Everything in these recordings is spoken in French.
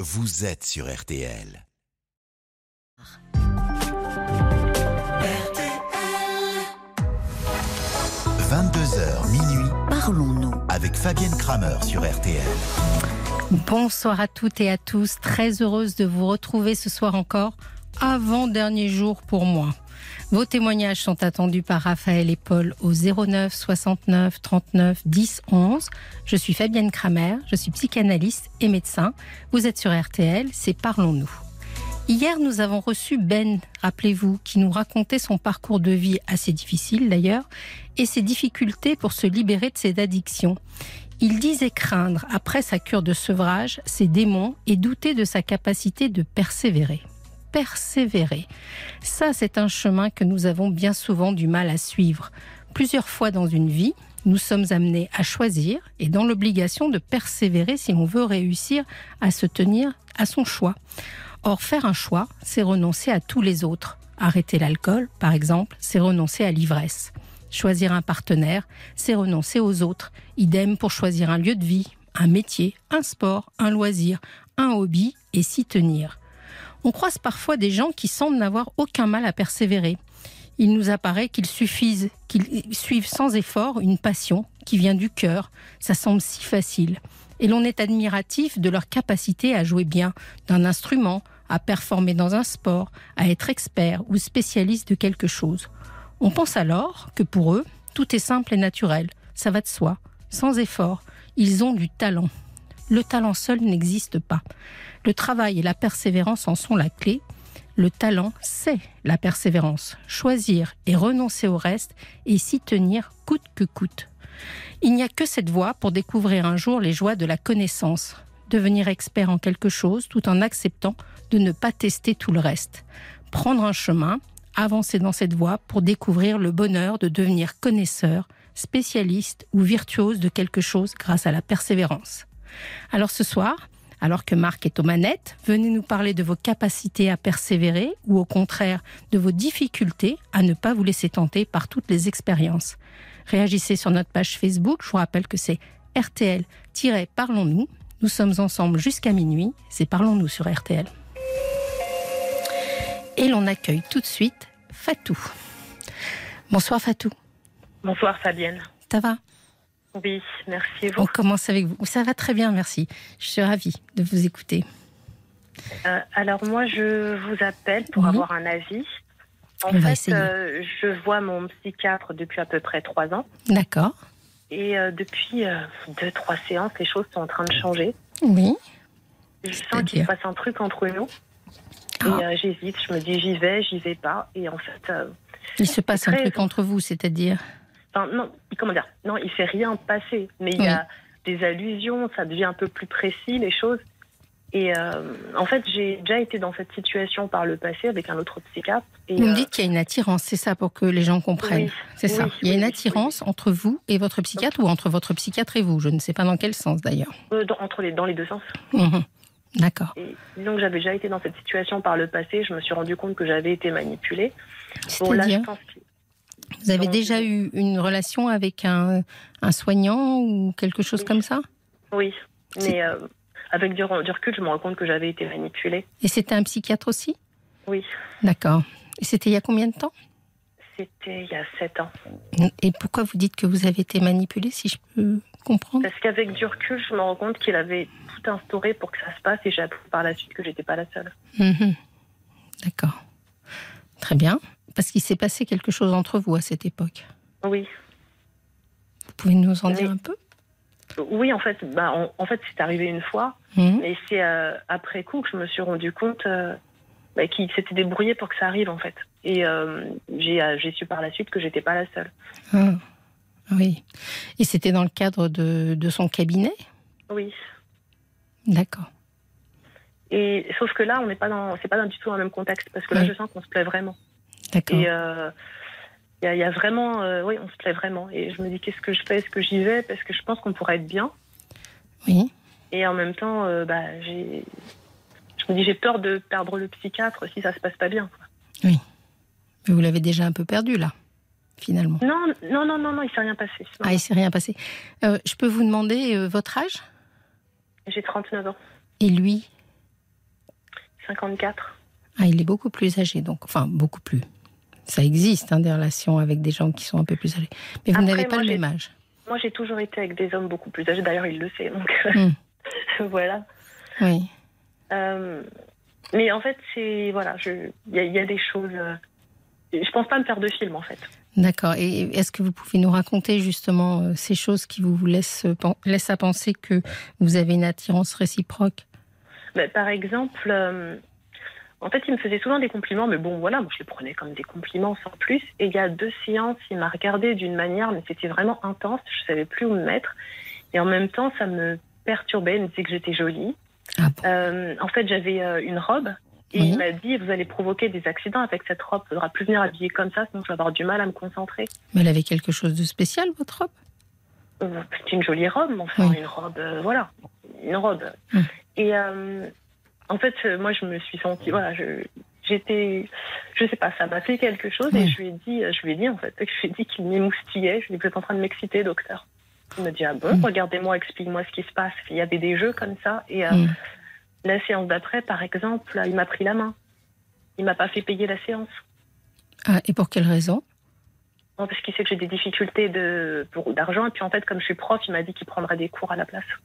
vous êtes sur RTL. 22h minuit. Parlons-nous Avec Fabienne Kramer sur RTL. Bonsoir à toutes et à tous. Très heureuse de vous retrouver ce soir encore. Avant-dernier jour pour moi. Vos témoignages sont attendus par Raphaël et Paul au 09 69 39 10 11. Je suis Fabienne Kramer, je suis psychanalyste et médecin. Vous êtes sur RTL, c'est Parlons-nous. Hier, nous avons reçu Ben, rappelez-vous, qui nous racontait son parcours de vie assez difficile d'ailleurs, et ses difficultés pour se libérer de ses addictions. Il disait craindre, après sa cure de sevrage, ses démons et douter de sa capacité de persévérer. Persévérer. Ça, c'est un chemin que nous avons bien souvent du mal à suivre. Plusieurs fois dans une vie, nous sommes amenés à choisir et dans l'obligation de persévérer si l'on veut réussir à se tenir à son choix. Or, faire un choix, c'est renoncer à tous les autres. Arrêter l'alcool, par exemple, c'est renoncer à l'ivresse. Choisir un partenaire, c'est renoncer aux autres. Idem pour choisir un lieu de vie, un métier, un sport, un loisir, un hobby et s'y tenir. On croise parfois des gens qui semblent n'avoir aucun mal à persévérer. Il nous apparaît qu'ils suivent sans effort une passion qui vient du cœur. Ça semble si facile. Et l'on est admiratif de leur capacité à jouer bien d'un instrument, à performer dans un sport, à être expert ou spécialiste de quelque chose. On pense alors que pour eux, tout est simple et naturel. Ça va de soi, sans effort. Ils ont du talent. Le talent seul n'existe pas. Le travail et la persévérance en sont la clé. Le talent, c'est la persévérance. Choisir et renoncer au reste et s'y tenir coûte que coûte. Il n'y a que cette voie pour découvrir un jour les joies de la connaissance. Devenir expert en quelque chose tout en acceptant de ne pas tester tout le reste. Prendre un chemin, avancer dans cette voie pour découvrir le bonheur de devenir connaisseur, spécialiste ou virtuose de quelque chose grâce à la persévérance. Alors ce soir, alors que Marc est aux manettes, venez nous parler de vos capacités à persévérer ou au contraire de vos difficultés à ne pas vous laisser tenter par toutes les expériences. Réagissez sur notre page Facebook, je vous rappelle que c'est RTL-Parlons-nous. Nous sommes ensemble jusqu'à minuit, c'est Parlons-nous sur RTL. Et l'on accueille tout de suite Fatou. Bonsoir Fatou. Bonsoir Fabienne. Ça va ? Oui, merci. Vous. On commence avec vous. Ça va très bien, merci. Je suis ravie de vous écouter. Alors moi, je vous appelle pour avoir un avis. En fait, je vois mon psychiatre depuis à peu près 3 ans. D'accord. Et depuis 2-3 séances, les choses sont en train de changer. Oui. Je sens qu'il se passe un truc entre nous. Et j'hésite, je me dis j'y vais pas. Et en fait... il se passe un truc entre vous, c'est-à-dire... Enfin, non, comment dire ? Non, il ne s'est rien passé. Mais il y a des allusions, ça devient un peu plus précis, les choses. Et en fait, j'ai déjà été dans cette situation par le passé avec un autre psychiatre. Et vous me dites qu'il y a une attirance, c'est ça, pour que les gens comprennent. Oui, c'est ça. Il y a une attirance entre vous et votre psychiatre ou entre votre psychiatre et vous. Je ne sais pas dans quel sens, d'ailleurs. Dans les deux sens. Mmh. D'accord. Et disons que j'avais déjà été dans cette situation par le passé. Je me suis rendu compte que j'avais été manipulée. C'est-à-dire, vous avez déjà eu une relation avec un soignant ou quelque chose comme ça ? Oui, mais avec du recul, je me rends compte que j'avais été manipulée. Et c'était un psychiatre aussi ? Oui. D'accord. Et c'était il y a combien de temps ? C'était il y a 7 ans. Et pourquoi vous dites que vous avez été manipulée, si je peux comprendre ? Parce qu'avec du recul, je me rends compte qu'il avait tout instauré pour que ça se passe et j'ai appris par la suite que j'étais pas la seule. Mmh. D'accord. Très bien. Parce qu'il s'est passé quelque chose entre vous à cette époque. Oui. Vous pouvez nous en dire un peu ? Oui, en fait, c'est arrivé une fois. Mais c'est après coup que je me suis rendu compte qu'il s'était débrouillé pour que ça arrive, en fait. Et j'ai su par la suite que j'étais pas la seule. Ah, oui. Et c'était dans le cadre de son cabinet ? Oui. D'accord. Et sauf que là, c'est pas du tout dans le même contexte, parce que là, je sens qu'on se plaît vraiment. D'accord. Et il y a vraiment, on se plaît vraiment. Et je me dis, qu'est-ce que je fais ? Est-ce que j'y vais ? Parce que je pense qu'on pourrait être bien. Oui. Et en même temps, je me dis, j'ai peur de perdre le psychiatre si ça se passe pas bien. Oui. Mais vous l'avez déjà un peu perdu, là, finalement. Non, il s'est rien passé. Non. Ah, il s'est rien passé. Je peux vous demander votre âge ? J'ai 39 ans. Et lui ? 54. Ah, il est beaucoup plus âgé, donc. Enfin, beaucoup plus. Ça existe, des relations avec des gens qui sont un peu plus âgés. Mais vous n'avez pas le même âge. Moi, j'ai toujours été avec des hommes beaucoup plus âgés. D'ailleurs, il le sait. Donc, voilà. Oui. Mais en fait, voilà, il y a des choses. Je pense pas me faire de film, en fait. D'accord. Et est-ce que vous pouvez nous raconter justement ces choses qui vous laissent à penser que vous avez une attirance réciproque ? Par exemple, en fait, il me faisait souvent des compliments, mais bon, voilà, moi je les prenais comme des compliments sans plus. Et il y a 2 séances, il m'a regardée d'une manière, mais c'était vraiment intense. Je savais plus où me mettre. Et en même temps, ça me perturbait. Il me disait que j'étais jolie. Ah bon. En fait, j'avais une robe. Et il m'a dit, vous allez provoquer des accidents avec cette robe. Il ne faudra plus venir habiller comme ça, sinon je vais avoir du mal à me concentrer. Mais elle avait quelque chose de spécial, votre robe ? C'est une jolie robe, mais enfin, une robe, voilà. Une robe. Et en fait, moi, je me suis sentie, voilà, j'étais, je sais pas, ça m'a fait quelque chose. Et je lui ai dit, en fait, qu'il m'émoustillait. Je lui ai dit, vous êtes en train de m'exciter, docteur. Il m'a dit, ah bon, regardez-moi, explique-moi ce qui se passe. Il y avait des jeux comme ça. Et la séance d'après, par exemple, il m'a pris la main. Il m'a pas fait payer la séance. Ah, et pour quelle raison ? Non, parce qu'il sait que j'ai des difficultés d'argent. Et puis en fait, comme je suis prof, il m'a dit qu'il prendrait des cours à la place.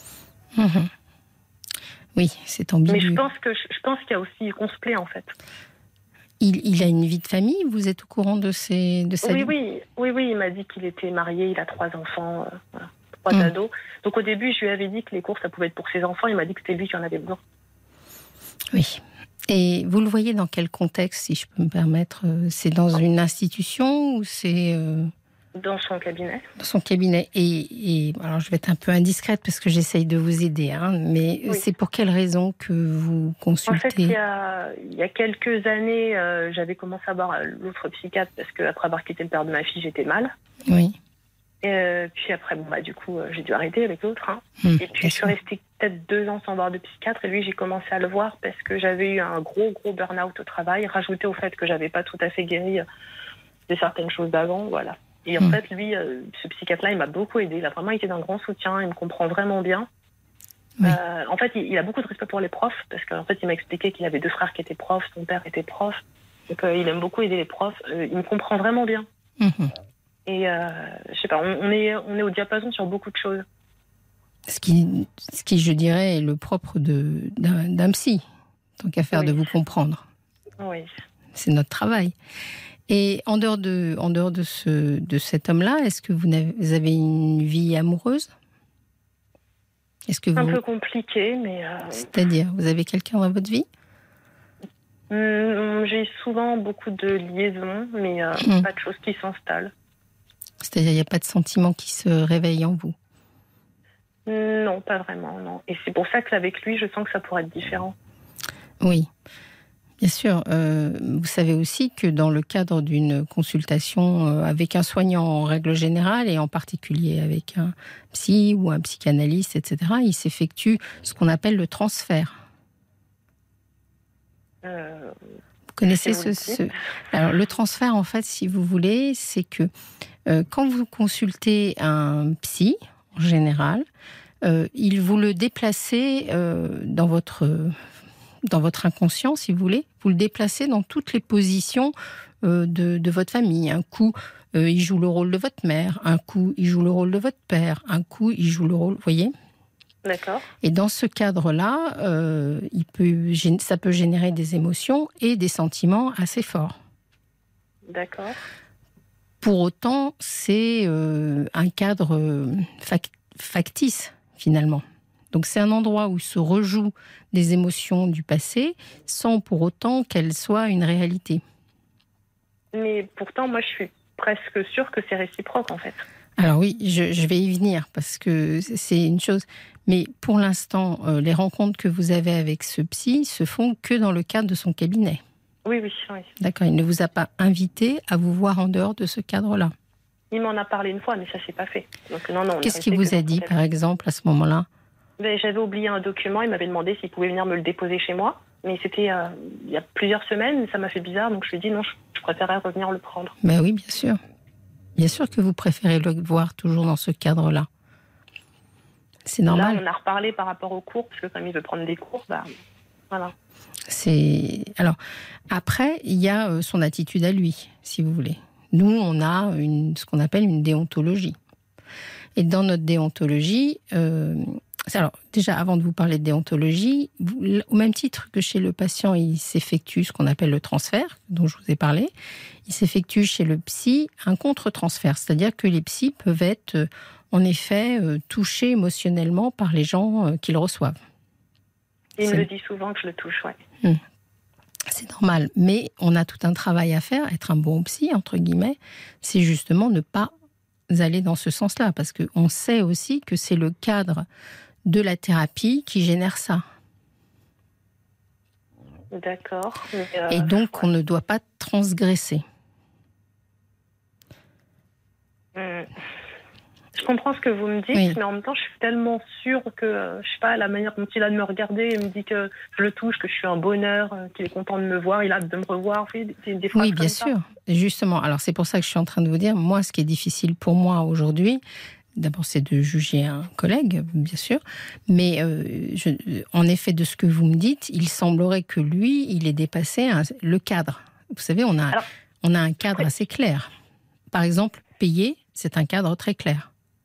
Oui, c'est ambigu. Mais je pense qu'il y a aussi qu'on se plaît, en fait. Il a une vie de famille ? Vous êtes au courant de sa vie ? Oui, il m'a dit qu'il était marié, il a 3 enfants, 3 ados. Donc au début, je lui avais dit que les cours, ça pouvait être pour ses enfants. Il m'a dit que c'était lui qui en avait besoin. Oui. Et vous le voyez dans quel contexte, si je peux me permettre ? C'est dans une institution ou c'est... Dans son cabinet. Dans son cabinet. Et alors, je vais être un peu indiscrète parce que j'essaye de vous aider, mais c'est pour quelle raison que vous consultez ? En fait, il y a quelques années, j'avais commencé à voir l'autre psychiatre parce qu'après avoir quitté le père de ma fille, j'étais mal. Oui. Puis après, du coup, j'ai dû arrêter avec l'autre. Et puis, je suis restée peut-être 2 ans sans voir de psychiatre. Et lui, j'ai commencé à le voir parce que j'avais eu un gros burn-out au travail, rajouté au fait que j'avais pas tout à fait guéri de certaines choses d'avant, voilà. Et en fait, lui, ce psychiatre-là, il m'a beaucoup aidé. Il a vraiment été d'un grand soutien. Il me comprend vraiment bien. Oui. En fait, il a beaucoup de respect pour les profs parce qu'en fait, il m'a expliqué qu'il avait 2 frères qui étaient profs, son père était prof. Donc, il aime beaucoup aider les profs. Il me comprend vraiment bien. Et je sais pas, on est au diapason sur beaucoup de choses. Ce qui, je dirais, est le propre d'un psy, tant qu'à faire de vous comprendre. Oui. C'est notre travail. Et en dehors de cet homme-là, est-ce que vous avez une vie amoureuse ? Un peu compliqué, mais... C'est-à-dire, vous avez quelqu'un dans votre vie ? J'ai souvent beaucoup de liaisons, mais pas de choses qui s'installent. C'est-à-dire, il n'y a pas de sentiments qui se réveillent en vous ? Non, pas vraiment, non. Et c'est pour ça qu'avec lui, je sens que ça pourrait être différent. Oui. Bien sûr, vous savez aussi que dans le cadre d'une consultation avec un soignant en règle générale, et en particulier avec un psy ou un psychanalyste, etc., il s'effectue ce qu'on appelle le transfert. Vous connaissez Alors, le transfert, en fait, si vous voulez, c'est que quand vous consultez un psy, en général, il vous le déplacez dans votre inconscient, si vous voulez, vous le déplacez dans toutes les positions de votre famille. Un coup, il joue le rôle de votre mère, un coup, il joue le rôle de votre père, un coup, il joue le rôle... Vous voyez ? D'accord. Et dans ce cadre-là, ça peut générer des émotions et des sentiments assez forts. D'accord. Pour autant, c'est un cadre factice, finalement. Donc c'est un endroit où se rejouent des émotions du passé sans pour autant qu'elles soient une réalité. Mais pourtant, moi, je suis presque sûre que c'est réciproque, en fait. Alors oui, je vais y venir parce que c'est une chose. Mais pour l'instant, les rencontres que vous avez avec ce psy se font que dans le cadre de son cabinet. Oui. D'accord, il ne vous a pas invité à vous voir en dehors de ce cadre-là. Il m'en a parlé une fois, mais ça s'est pas fait. Donc non. Qu'est-ce qu'il vous a dit, par exemple, à ce moment-là ? J'avais oublié un document, il m'avait demandé s'il pouvait venir me le déposer chez moi. Mais c'était il y a plusieurs semaines, ça m'a fait bizarre, donc je lui ai dit non, je préférais revenir le prendre. Ben oui, bien sûr. Bien sûr que vous préférez le voir toujours dans ce cadre-là. C'est normal. Là, on a reparlé par rapport aux cours, parce que comme il veut prendre des cours, Voilà. Alors, après, il y a son attitude à lui, si vous voulez. Nous, on a ce qu'on appelle une déontologie. Et dans notre déontologie, alors déjà, avant de vous parler de déontologie, au même titre que chez le patient, il s'effectue ce qu'on appelle le transfert, dont je vous ai parlé, il s'effectue chez le psy un contre-transfert. C'est-à-dire que les psys peuvent être, en effet, touchés émotionnellement par les gens qu'ils reçoivent. Il me le dit souvent que je le touche, ouais. C'est normal, mais on a tout un travail à faire. Être un bon psy, entre guillemets, c'est justement ne pas aller dans ce sens-là, parce qu'on sait aussi que c'est le cadre de la thérapie qui génère ça. D'accord. Et donc, on ne doit pas transgresser. Je comprends ce que vous me dites, mais en même temps, je suis tellement sûre que, je sais pas, la manière dont il a de me regarder, il me dit que je le touche, que je suis un bonheur, qu'il est content de me voir, il a hâte de me revoir. Des phrases oui, bien sûr. Justement, alors c'est pour ça que je suis en train de vous dire, moi, ce qui est difficile pour moi aujourd'hui, d'abord, c'est de juger un collègue, bien sûr, mais en effet, de ce que vous me dites, il semblerait que lui, il ait dépassé le cadre. Vous savez, on a un cadre assez clair. Par exemple, payer, c'est un cadre très clair.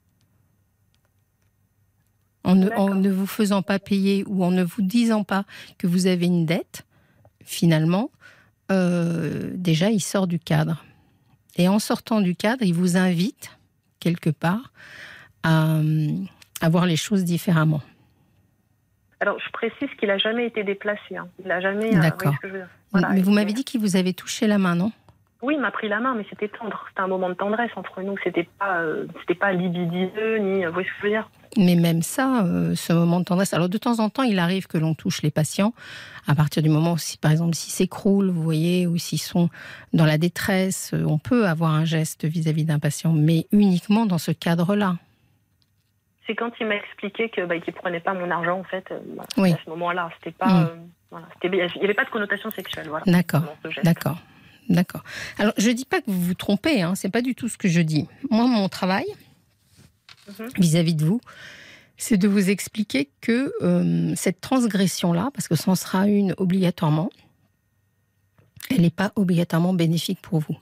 En ne vous faisant pas payer ou en ne vous disant pas que vous avez une dette, finalement, déjà, il sort du cadre. Et en sortant du cadre, il vous invite, quelque part, à voir les choses différemment. Alors, je précise qu'il n'a jamais été déplacé. Hein. Il n'a jamais... D'accord. Voilà, mais vous m'avez dit qu'il vous avait touché la main, non ? Oui, il m'a pris la main, mais c'était tendre. C'était un moment de tendresse entre nous. C'était pas libidineux, ni... Vous voyez ce que je veux dire ? Mais même ça, ce moment de tendresse... Alors, de temps en temps, il arrive que l'on touche les patients à partir du moment où, par exemple, s'ils s'écroulent, vous voyez, ou s'ils sont dans la détresse, on peut avoir un geste vis-à-vis d'un patient, mais uniquement dans ce cadre-là. C'est quand il m'a expliqué qu'il ne prenait pas mon argent, en fait. Oui. À ce moment-là, c'était pas... il n'y avait pas de connotation sexuelle. Voilà, D'accord. Alors, je ne dis pas que vous vous trompez, hein, ce n'est pas du tout ce que je dis. Moi, mon travail, vis-à-vis de vous, c'est de vous expliquer que cette transgression-là, parce que ça en sera une obligatoirement, elle n'est pas obligatoirement bénéfique pour vous.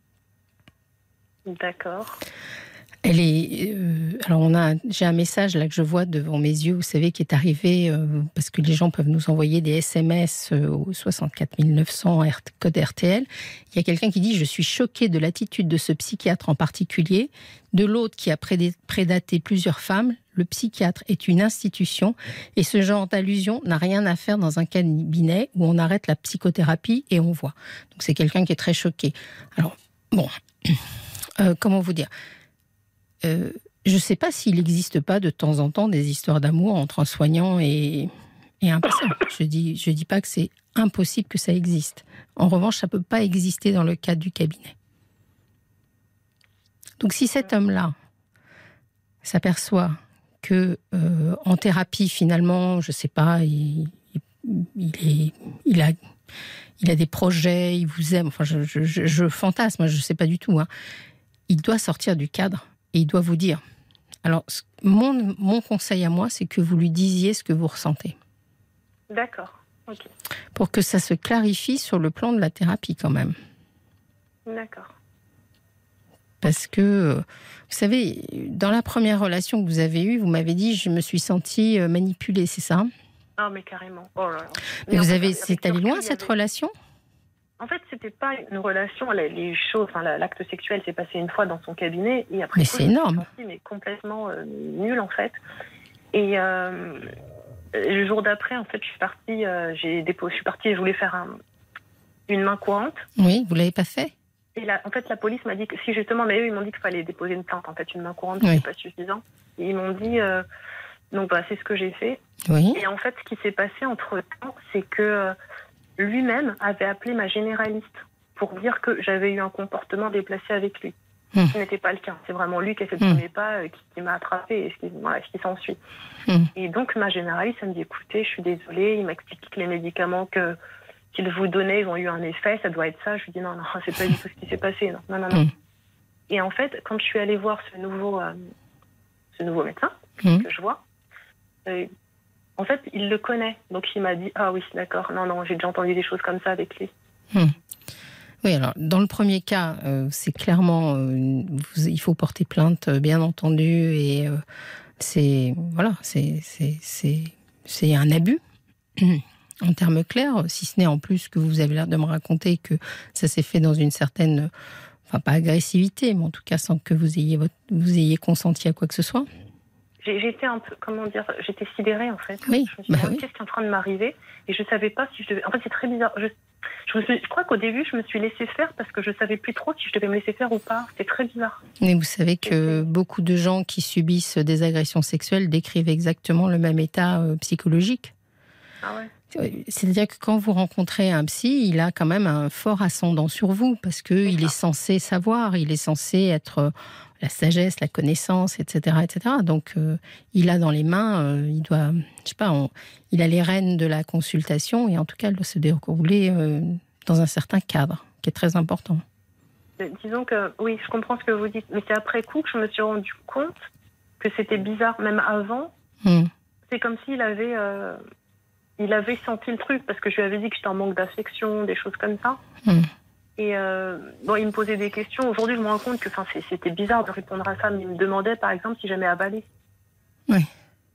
D'accord. Elle est. Alors, j'ai un message là que je vois devant mes yeux, vous savez, qui est arrivé parce que les gens peuvent nous envoyer des SMS au 64 900 code RTL. Il y a quelqu'un qui dit: je suis choqué de l'attitude de ce psychiatre en particulier, de l'autre qui a prédaté plusieurs femmes. Le psychiatre est une institution et ce genre d'allusion n'a rien à faire dans un cabinet où on arrête la psychothérapie et on voit. Donc, c'est quelqu'un qui est très choqué. Alors, bon, comment vous dire ? Je ne sais pas s'il n'existe pas de temps en temps des histoires d'amour entre un soignant et un patient. Je dis pas que c'est impossible que ça existe. En revanche, ça ne peut pas exister dans le cadre du cabinet. Donc si cet homme-là s'aperçoit que en thérapie, finalement, je ne sais pas, il a des projets, il vous aime, enfin je fantasme, je ne sais pas du tout. Hein. Il doit sortir du cadre. Et il doit vous dire. Alors, mon conseil à moi, c'est que vous lui disiez ce que vous ressentez. D'accord. Ok. Pour que ça se clarifie sur le plan de la thérapie, quand même. D'accord. Parce que, vous savez, dans la première relation que vous avez eue, vous m'avez dit, je me suis sentie manipulée, c'est ça ? Ah, mais carrément. Oh là là. Mais c'est allé loin, cette relation ? En fait, c'était pas une relation. Les choses, l'acte sexuel s'est passé une fois dans son cabinet et après. Mais c'est énorme. Mais complètement nul en fait. Et le jour d'après, en fait, je suis partie. Je suis partie et je voulais faire une main courante. Oui, vous l'avez pas fait. Et là, en fait, la police m'a dit que si justement, mais eux, ils m'ont dit qu'il fallait déposer une plainte. En fait, une main courante, c'est pas suffisant. Et ils m'ont dit. Donc, c'est ce que j'ai fait. Oui. Et en fait, ce qui s'est passé entre temps, c'est que lui-même avait appelé ma généraliste pour dire que j'avais eu un comportement déplacé avec lui. Ce n'était pas le cas. C'est vraiment lui qui a fait le premier pas, qui m'a attrapée et ce qui s'ensuit. Et donc, ma généraliste, elle me dit, écoutez, je suis désolée, il m'a expliqué que les médicaments qu'il vous donnait, ils ont eu un effet, ça doit être ça. Je lui dis, non, c'est pas du tout ce qui s'est passé. Non. Et en fait, quand je suis allée voir ce nouveau médecin que je vois, En fait, il le connaît. Donc, il m'a dit, ah oui, d'accord. Non, j'ai déjà entendu des choses comme ça avec lui. Oui, alors, dans le premier cas, c'est clairement... il faut porter plainte, bien entendu. Et c'est un abus, en termes clairs. Si ce n'est en plus que vous avez l'air de me raconter que ça s'est fait dans une certaine... Enfin, pas agressivité, mais en tout cas sans que vous ayez consenti à quoi que ce soit. J'étais un peu, j'étais sidérée en fait. Oui, je me suis dit, qu'est-ce qui est en train de m'arriver? Et je savais pas si je devais... En fait, c'est très bizarre. Je crois qu'au début, je me suis laissée faire parce que je savais plus trop si je devais me laisser faire ou pas. C'était très bizarre. Mais vous savez que beaucoup de gens qui subissent des agressions sexuelles décrivent exactement le même état psychologique. Ah ouais. C'est-à-dire que quand vous rencontrez un psy, il a quand même un fort ascendant sur vous parce qu'il est censé savoir, il est censé être la sagesse, la connaissance, etc. etc. Donc, il a dans les mains, il doit, je sais pas, il a les rênes de la consultation et en tout cas, elle doit se dérouler dans un certain cadre qui est très important. Disons que, oui, je comprends ce que vous dites, mais c'est après coup que je me suis rendu compte que c'était bizarre, même avant. C'est comme s'il avait... il avait senti le truc parce que je lui avais dit que j'étais en manque d'affection, des choses comme ça. Et il me posait des questions. Aujourd'hui, je me rends compte que c'était bizarre de répondre à ça. Mais il me demandait, par exemple, si j'aimais avaler. Oui.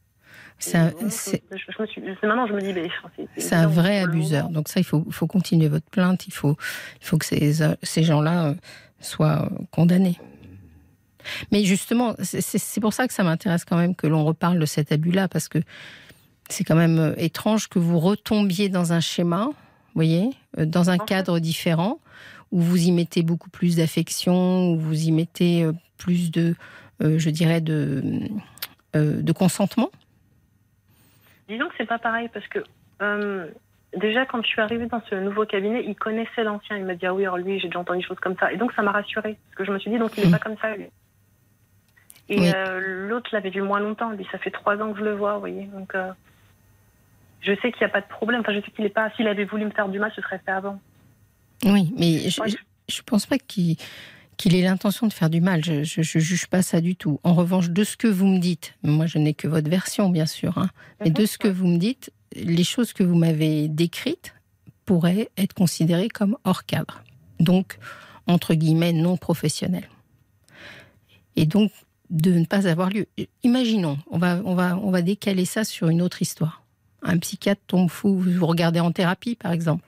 Maintenant, je me dis... c'est un vrai abuseur. Donc ça, il faut continuer votre plainte. Il faut que ces gens-là soient condamnés. Mais justement, c'est pour ça que ça m'intéresse quand même que l'on reparle de cet abus-là, parce que c'est quand même étrange que vous retombiez dans un schéma, vous voyez, dans un cadre différent, où vous y mettez beaucoup plus d'affection, où vous y mettez plus de, je dirais, de consentement. Disons que c'est pas pareil, parce que déjà, quand je suis arrivée dans ce nouveau cabinet, il connaissait l'ancien. Il m'a dit, ah oui, alors lui, j'ai déjà entendu des choses comme ça. Et donc, ça m'a rassurée, parce que je me suis dit, donc il n'est pas comme ça, lui. Et l'autre l'avait vu moins longtemps. Lui, ça fait 3 ans que je le vois, vous voyez. Donc... je sais qu'il n'y a pas de problème. Enfin, je sais qu'il n'est pas... S'il avait voulu me faire du mal, ce serait fait avant. Oui, mais je ne pense pas qu'il ait l'intention de faire du mal. Je ne juge pas ça du tout. En revanche, de ce que vous me dites, moi je n'ai que votre version, bien sûr, hein, mais de ce que vous me dites, les choses que vous m'avez décrites pourraient être considérées comme hors cadre. Donc, entre guillemets, non professionnelles. Et donc, de ne pas avoir lieu. Imaginons, on va décaler ça sur une autre histoire. Un psychiatre tombe fou, vous regardez en thérapie, par exemple.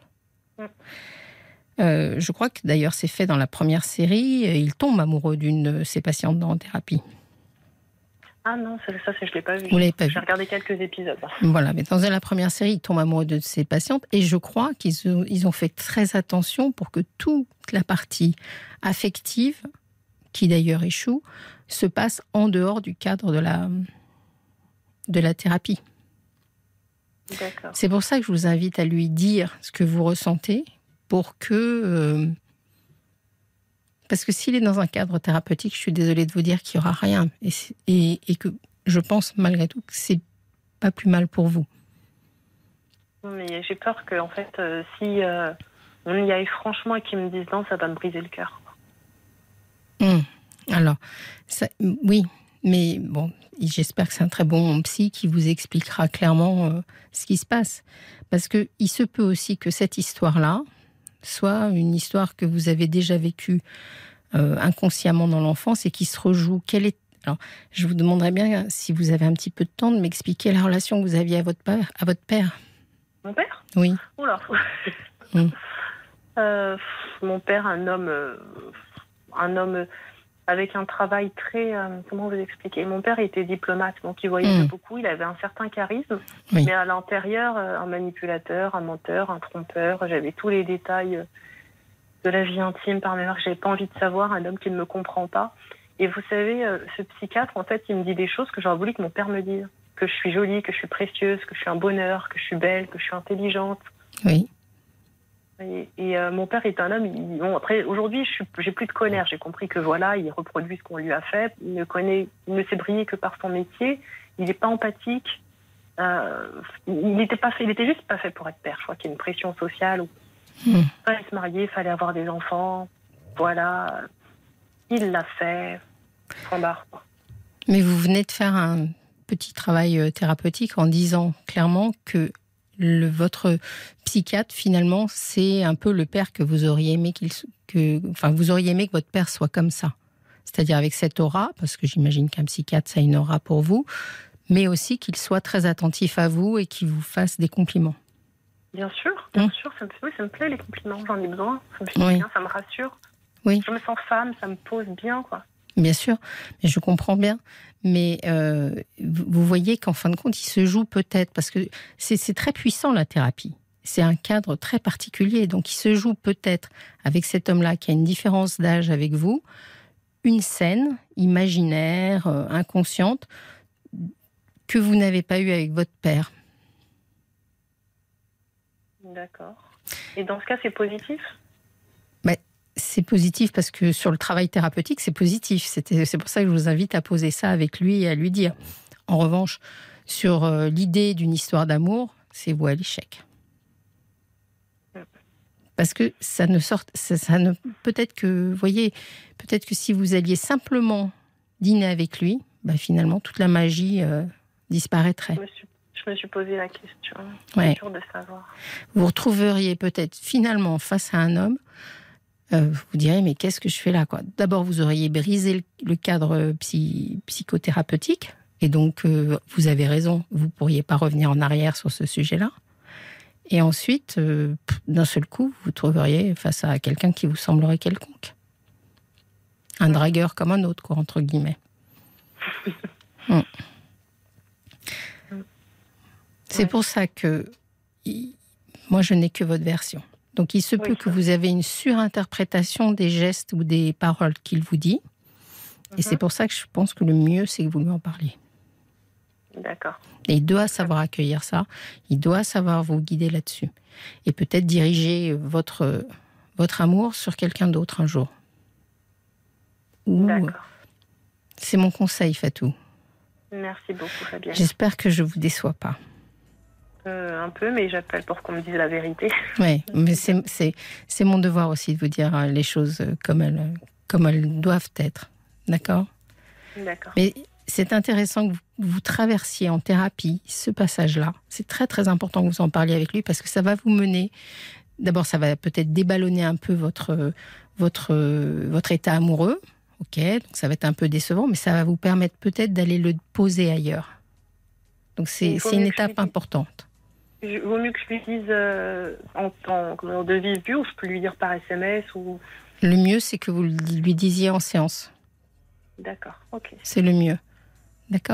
Je crois que d'ailleurs c'est fait dans la première série, il tombe amoureux d'une de ses patientes en thérapie. Ah non, ça je ne l'ai pas vu. Vous l'avez pas vu. J'ai regardé quelques épisodes. Voilà, mais dans la première série, il tombe amoureux de ses patientes et je crois qu'ils ont fait très attention pour que toute la partie affective, qui d'ailleurs échoue, se passe en dehors du cadre de la thérapie. D'accord. C'est pour ça que je vous invite à lui dire ce que vous ressentez pour que... parce que s'il est dans un cadre thérapeutique, je suis désolée de vous dire qu'il n'y aura rien. Et que je pense malgré tout que c'est pas plus mal pour vous. Mais j'ai peur que, en fait, si on y aille franchement et qu'ils me disent non, ça va me briser le cœur. Alors, ça, oui, mais bon, j'espère que c'est un très bon psy qui vous expliquera clairement ce qui se passe. Parce qu'il se peut aussi que cette histoire-là soit une histoire que vous avez déjà vécue inconsciemment dans l'enfance et qui se rejoue. Alors, je vous demanderais bien, si vous avez un petit peu de temps, de m'expliquer la relation que vous aviez à votre père. Mon père ? Oui. Oula. Mon père, un homme avec un travail très... comment vous expliquer ? Mon père était diplomate, donc il voyageait beaucoup, il avait un certain charisme, mais à l'intérieur, un manipulateur, un menteur, un trompeur. J'avais tous les détails de la vie intime par mémoire que j'avais pas envie de savoir, un homme qui ne me comprend pas. Et vous savez, ce psychiatre, en fait, il me dit des choses que j'aurais voulu que mon père me dise. Que je suis jolie, que je suis précieuse, que je suis un bonheur, que je suis belle, que je suis intelligente. Oui. Et mon père est un homme... Bon, après, aujourd'hui, j'ai plus de colère. J'ai compris que voilà, il reproduit ce qu'on lui a fait. Il ne sait briller que par son métier. Il n'est pas empathique. Il était juste pas fait pour être père. Je crois qu'il y a une pression sociale. Il fallait se marier, il fallait avoir des enfants. Voilà. Il l'a fait. Standard. Mais vous venez de faire un petit travail thérapeutique en disant clairement que votre psychiatre, finalement, c'est un peu le père que vous auriez aimé vous auriez aimé que votre père soit comme ça. C'est-à-dire avec cette aura, parce que j'imagine qu'un psychiatre, ça a une aura pour vous, mais aussi qu'il soit très attentif à vous et qu'il vous fasse des compliments. Bien sûr, ça me plaît les compliments, j'en ai besoin, ça me fait bien, ça me rassure. Oui. Je me sens femme, ça me pose bien, quoi. Bien sûr, mais je comprends bien. Mais vous voyez qu'en fin de compte, il se joue peut-être, parce que c'est très puissant la thérapie. C'est un cadre très particulier, donc il se joue peut-être avec cet homme-là qui a une différence d'âge avec vous, une scène imaginaire, inconsciente, que vous n'avez pas eue avec votre père. D'accord. Et dans ce cas, c'est positif ? C'est positif parce que sur le travail thérapeutique, c'est positif. C'est pour ça que je vous invite à poser ça avec lui et à lui dire. En revanche, sur l'idée d'une histoire d'amour, c'est voué à l'échec. Parce que peut-être que si vous alliez simplement dîner avec lui, finalement, toute la magie disparaîtrait. Je me suis posé la question. Ouais. C'est dur de savoir. Vous retrouveriez peut-être finalement face à un homme. Vous direz, mais qu'est-ce que je fais là, quoi ? D'abord, vous auriez brisé le cadre psychothérapeutique, et donc vous avez raison, vous ne pourriez pas revenir en arrière sur ce sujet-là. Et ensuite, d'un seul coup, vous trouveriez face à quelqu'un qui vous semblerait quelconque. Un dragueur comme un autre, quoi, entre guillemets. C'est pour ça que moi, je n'ai que votre version. Donc, il se peut que vous avez une surinterprétation des gestes ou des paroles qu'il vous dit. Et c'est pour ça que je pense que le mieux, c'est que vous lui en parliez. D'accord. Et il doit savoir accueillir ça. Il doit savoir vous guider là-dessus. Et peut-être diriger votre amour sur quelqu'un d'autre un jour. D'accord. C'est mon conseil, Fatou. Merci beaucoup, Fabienne. J'espère que je ne vous déçois pas. Un peu, mais j'appelle pour qu'on me dise la vérité. Oui, mais c'est mon devoir aussi de vous dire les choses comme elles doivent être. D'accord ? D'accord. Mais c'est intéressant que vous traversiez en thérapie ce passage-là. C'est très, très important que vous en parliez avec lui parce que ça va vous mener... D'abord, ça va peut-être déballonner un peu votre état amoureux. Ok, donc ça va être un peu décevant, mais ça va vous permettre peut-être d'aller le poser ailleurs. Donc c'est une étape importante. Il vaut mieux que je lui dise de vive vue, ou je peux lui dire par SMS ou... Le mieux, c'est que vous lui disiez en séance. D'accord, ok. C'est le mieux. D'accord ?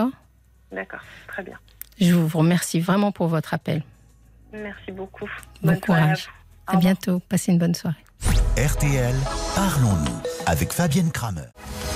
D'accord, très bien. Je vous remercie vraiment pour votre appel. Merci beaucoup. Bon courage. À bientôt. Passez une bonne soirée. RTL, parlons-nous avec Fabienne Kramer.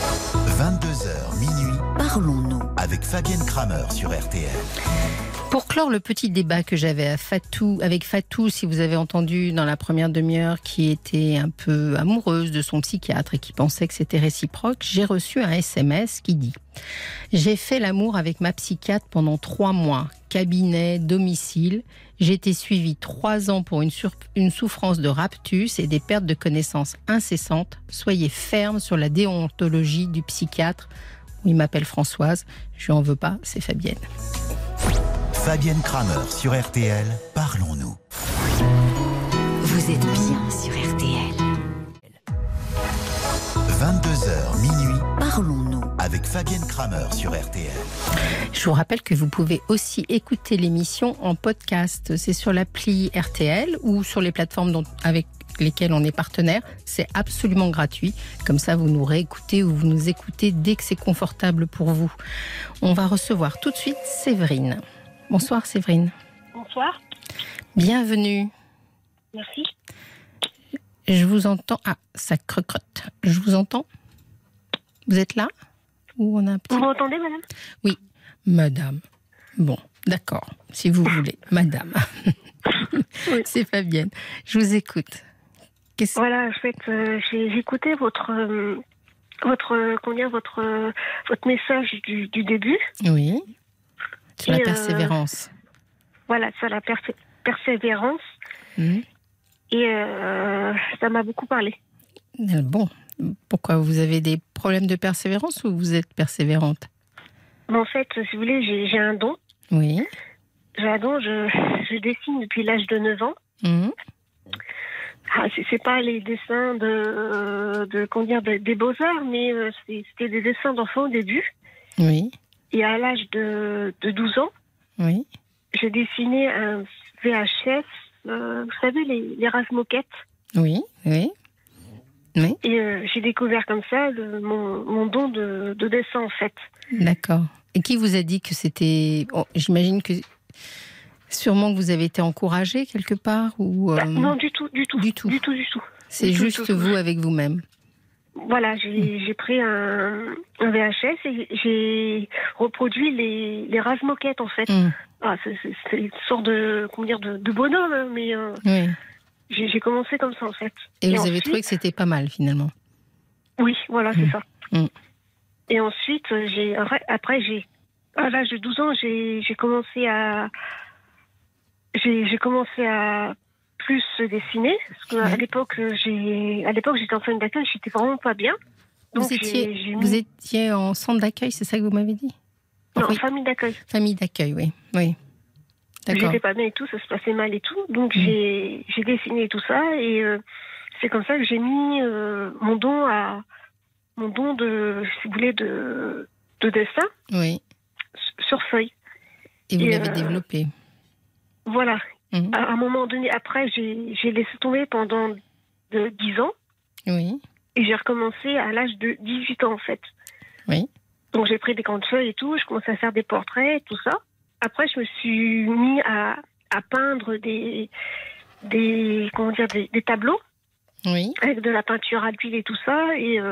22h minuit. Parlons-nous avec Fabienne Kramer sur RTL. Pour clore le petit débat que j'avais avec Fatou, si vous avez entendu dans la première demi-heure, qui était un peu amoureuse de son psychiatre et qui pensait que c'était réciproque, j'ai reçu un SMS qui dit « J'ai fait l'amour avec ma psychiatre pendant 3 mois, cabinet, domicile. J'ai été suivie 3 ans pour une souffrance de raptus et des pertes de connaissances incessantes. Soyez ferme sur la déontologie du psychiatre. » Il m'appelle Françoise, je lui en veux pas, c'est Fabienne. Fabienne Kramer sur RTL, parlons-nous. Vous êtes bien sur RTL. 22h minuit. Parlons-nous avec Fabienne Kramer sur RTL. Je vous rappelle que vous pouvez aussi écouter l'émission en podcast. C'est sur l'appli RTL ou sur les plateformes avec lesquelles on est partenaire. C'est absolument gratuit. Comme ça, vous nous réécoutez ou vous nous écoutez dès que c'est confortable pour vous. On va recevoir tout de suite Séverine. Bonsoir Séverine. Bonsoir. Bienvenue. Merci. Je vous entends. Ah, ça crocotte. Je vous entends. Vous êtes là ? Ou on a un petit... Vous m'entendez, madame ? Oui, madame. Bon, d'accord, si vous voulez. Madame. Oui. C'est Fabienne. Je vous écoute. Voilà, en fait, j'ai écouté votre message du début. Oui. Sur la persévérance. Voilà, sur la persévérance. Et ça m'a beaucoup parlé. Bon, pourquoi vous avez des problèmes de persévérance ou vous êtes persévérante ? Mais en fait, si vous voulez, j'ai un don. Oui. J'ai un don, je dessine depuis l'âge de 9 ans. C'est pas les dessins des beaux-arts, mais c'était des dessins d'enfants au début. Oui. Et à l'âge de 12 ans, oui. J'ai dessiné un VHS, vous savez, les rases-moquettes. Oui, oui. Oui. Et j'ai découvert comme ça mon don de dessin, en fait. D'accord. Et qui vous a dit que c'était... Oh, j'imagine que... Sûrement que vous avez été encouragée quelque part ou Non, du tout. C'est juste vous avec vous-même. Voilà, j'ai pris un VHS et j'ai reproduit les rases-moquettes, en fait. C'est une sorte de bonhomme, hein, mais oui. J'ai commencé comme ça, en fait. Et vous avez trouvé que c'était pas mal, finalement? Oui, voilà, c'est ça. Et ensuite, à l'âge de 12 ans, j'ai commencé à plus dessiner, parce qu'à l'époque, j'étais en famille d'accueil, j'étais vraiment pas bien. Donc vous étiez en centre d'accueil, c'est ça que vous m'avez dit? Non, en famille d'accueil. Famille d'accueil, oui. D'accord. J'étais pas bien et tout, ça se passait mal et tout, donc j'ai dessiné tout ça, et c'est comme ça que j'ai mis mon don de, si vous voulez, de dessin. Oui. Sur feuille. Et vous l'avez développé. Voilà. À un moment donné, après, j'ai laissé tomber pendant 10 ans. Oui. Et j'ai recommencé à l'âge de 18 ans, en fait. Oui. Donc, j'ai pris des grandes feuilles et tout. Je commençais à faire des portraits, tout ça. Après, je me suis mis à peindre des tableaux. Oui. Avec de la peinture à l'huile et tout ça. Et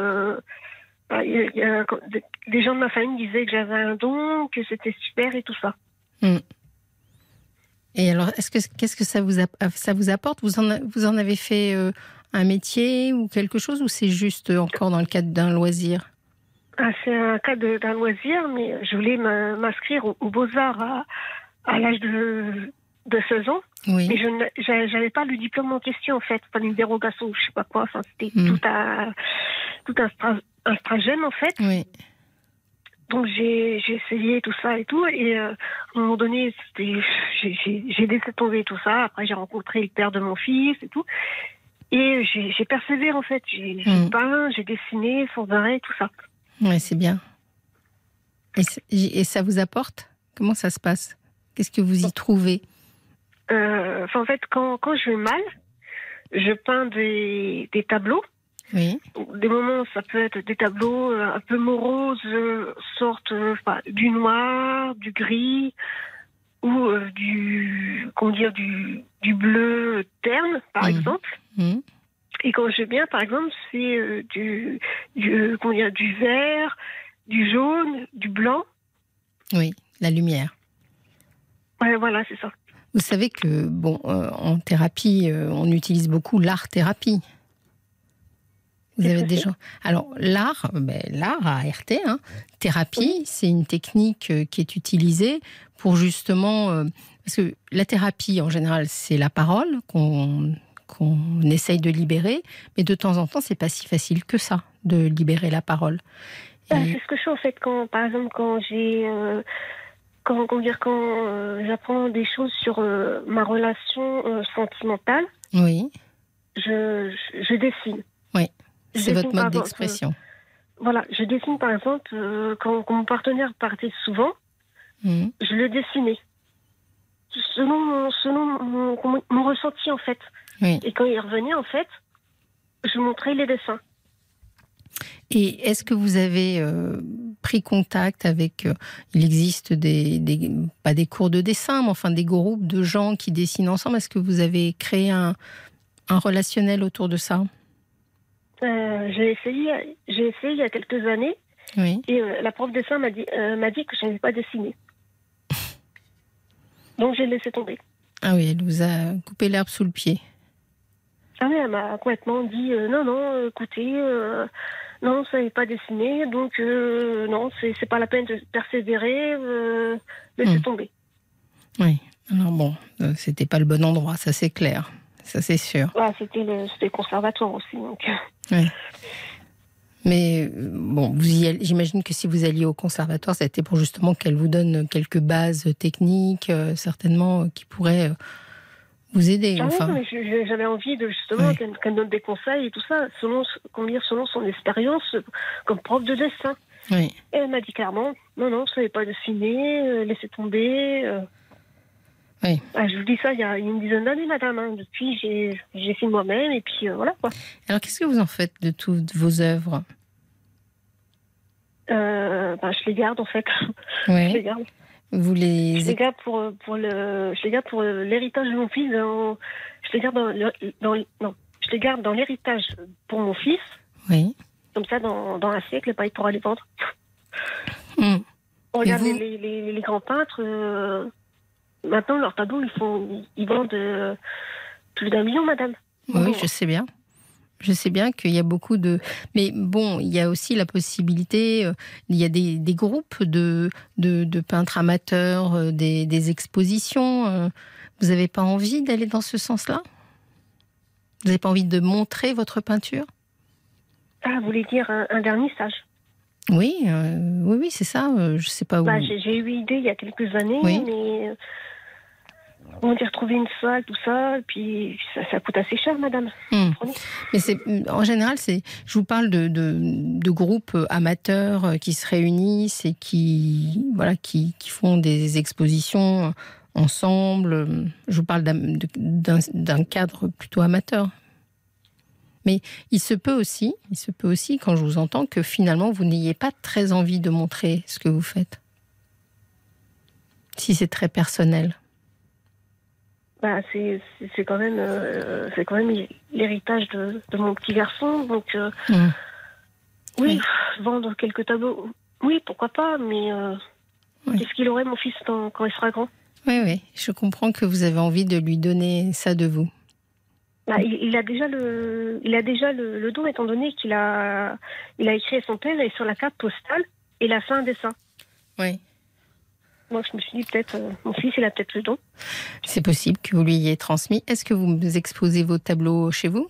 des gens de ma famille disaient que j'avais un don, que c'était super et tout ça. Et alors, qu'est-ce que ça vous apporte? Vous en avez fait un métier ou quelque chose, ou c'est juste encore dans le cadre d'un loisir? C'est un cadre d'un loisir, mais je voulais m'inscrire aux Beaux-Arts à l'âge de 16 ans. Oui. Mais je n'avais pas le diplôme en question, en fait. Pas une dérogation, je sais pas quoi. Enfin, c'était tout un stratagème, en fait. Oui. Donc j'ai essayé tout ça et tout, et à un moment donné, j'ai laissé tomber tout ça. Après, j'ai rencontré le père de mon fils et tout, et j'ai persévéré, en fait. J'ai peint, j'ai dessiné sans arrêt, tout ça. Ouais, c'est bien. Et ça vous apporte? Comment ça se passe? Qu'est-ce que vous y trouvez? En fait, quand je vais mal, je peins des tableaux. Oui. Des moments, ça peut être des tableaux un peu moroses, sorte du noir, du gris, ou du bleu terne, par exemple. Et quand je vais bien, par exemple, c'est du vert, du jaune, du blanc. Oui, la lumière. Ouais, voilà, c'est ça. Vous savez que, en thérapie, on utilise beaucoup l'art-thérapie. Vous avez des gens. Alors, l'art à RT, thérapie, c'est une technique qui est utilisée pour justement. Parce que la thérapie, en général, c'est la parole qu'on essaye de libérer, mais de temps en temps, c'est pas si facile que ça, de libérer la parole. C'est ce que je fais, en fait, par exemple, quand j'apprends des choses sur ma relation sentimentale. Oui. Je dessine. Oui. C'est votre mode d'expression. Voilà, je dessine par exemple, quand mon partenaire partait souvent, je le dessinais. Selon mon ressenti, en fait. Oui. Et quand il revenait, en fait, je montrais les dessins. Et est-ce que vous avez pris contact avec... il existe pas des cours de dessin, mais enfin des groupes de gens qui dessinent ensemble. Est-ce que vous avez créé un relationnel autour de ça? J'ai essayé il y a quelques années. Oui. Et la prof de dessin m'a dit que je n'avais pas dessiné. Donc j'ai laissé tomber. Ah oui, elle vous a coupé l'herbe sous le pied. Ah oui, elle m'a complètement dit non, écoutez, non, ça n'est pas dessiné, donc non, c'est pas la peine de persévérer, laissez tomber. Oui, alors c'était pas le bon endroit, ça c'est clair. Ça, c'est sûr. Ah, c'était le conservatoire aussi. Donc. Oui. Mais bon, j'imagine que si vous alliez au conservatoire, c'était pour justement qu'elle vous donne quelques bases techniques, certainement, qui pourraient vous aider. Enfin. Mais j'avais envie de justement qu'elle donne des conseils et tout ça, selon son expérience comme prof de dessin. Oui. Et elle m'a dit clairement, non, vous ne savez pas dessiner, laissez tomber. Oui. Je vous dis ça il y a une dizaine d'années, madame. Hein. Depuis, j'ai fait moi-même et puis voilà quoi. Alors, qu'est-ce que vous en faites de toutes vos œuvres ? Je les garde en fait. Oui. Je les garde. Vous les... Je les garde pour l'héritage de mon fils. Je les garde dans l'héritage pour mon fils. Oui. Comme ça, dans un siècle, il pourra les vendre. Regarde les grands peintres. Maintenant, leurs tableaux, ils vendent plus d'1 million, madame. Oui, je sais bien. Je sais bien qu'il y a beaucoup de... Mais bon, il y a aussi la possibilité... il y a des groupes de peintres amateurs, des expositions. Vous n'avez pas envie d'aller dans ce sens-là ? Vous n'avez pas envie de montrer votre peinture ? Vous voulez dire un vernissage ? Oui, c'est ça. Je ne sais pas où... J'ai eu l'idée il y a quelques années, oui. Mais... On dit retrouver une salle, tout ça, et puis ça coûte assez cher, madame. Mais en général, je vous parle de groupes amateurs qui se réunissent et qui font des expositions ensemble. Je vous parle d'un cadre plutôt amateur. Mais il se peut aussi, quand je vous entends, que finalement, vous n'ayez pas très envie de montrer ce que vous faites. Si c'est très personnel. C'est quand même l'héritage de mon petit garçon, donc oui, vendre quelques tableaux, oui, pourquoi pas, mais qu'est-ce qu'il aurait mon fils quand il sera grand ? Oui, je comprends que vous avez envie de lui donner ça de vous. Il a déjà le don, étant donné qu'il a écrit son père et sur la carte postale, il a fait un dessin. Oui. Moi, je me suis dit, peut-être, mon fils, il a peut-être le don. C'est possible que vous lui ayez transmis. Est-ce que vous exposez vos tableaux chez vous ?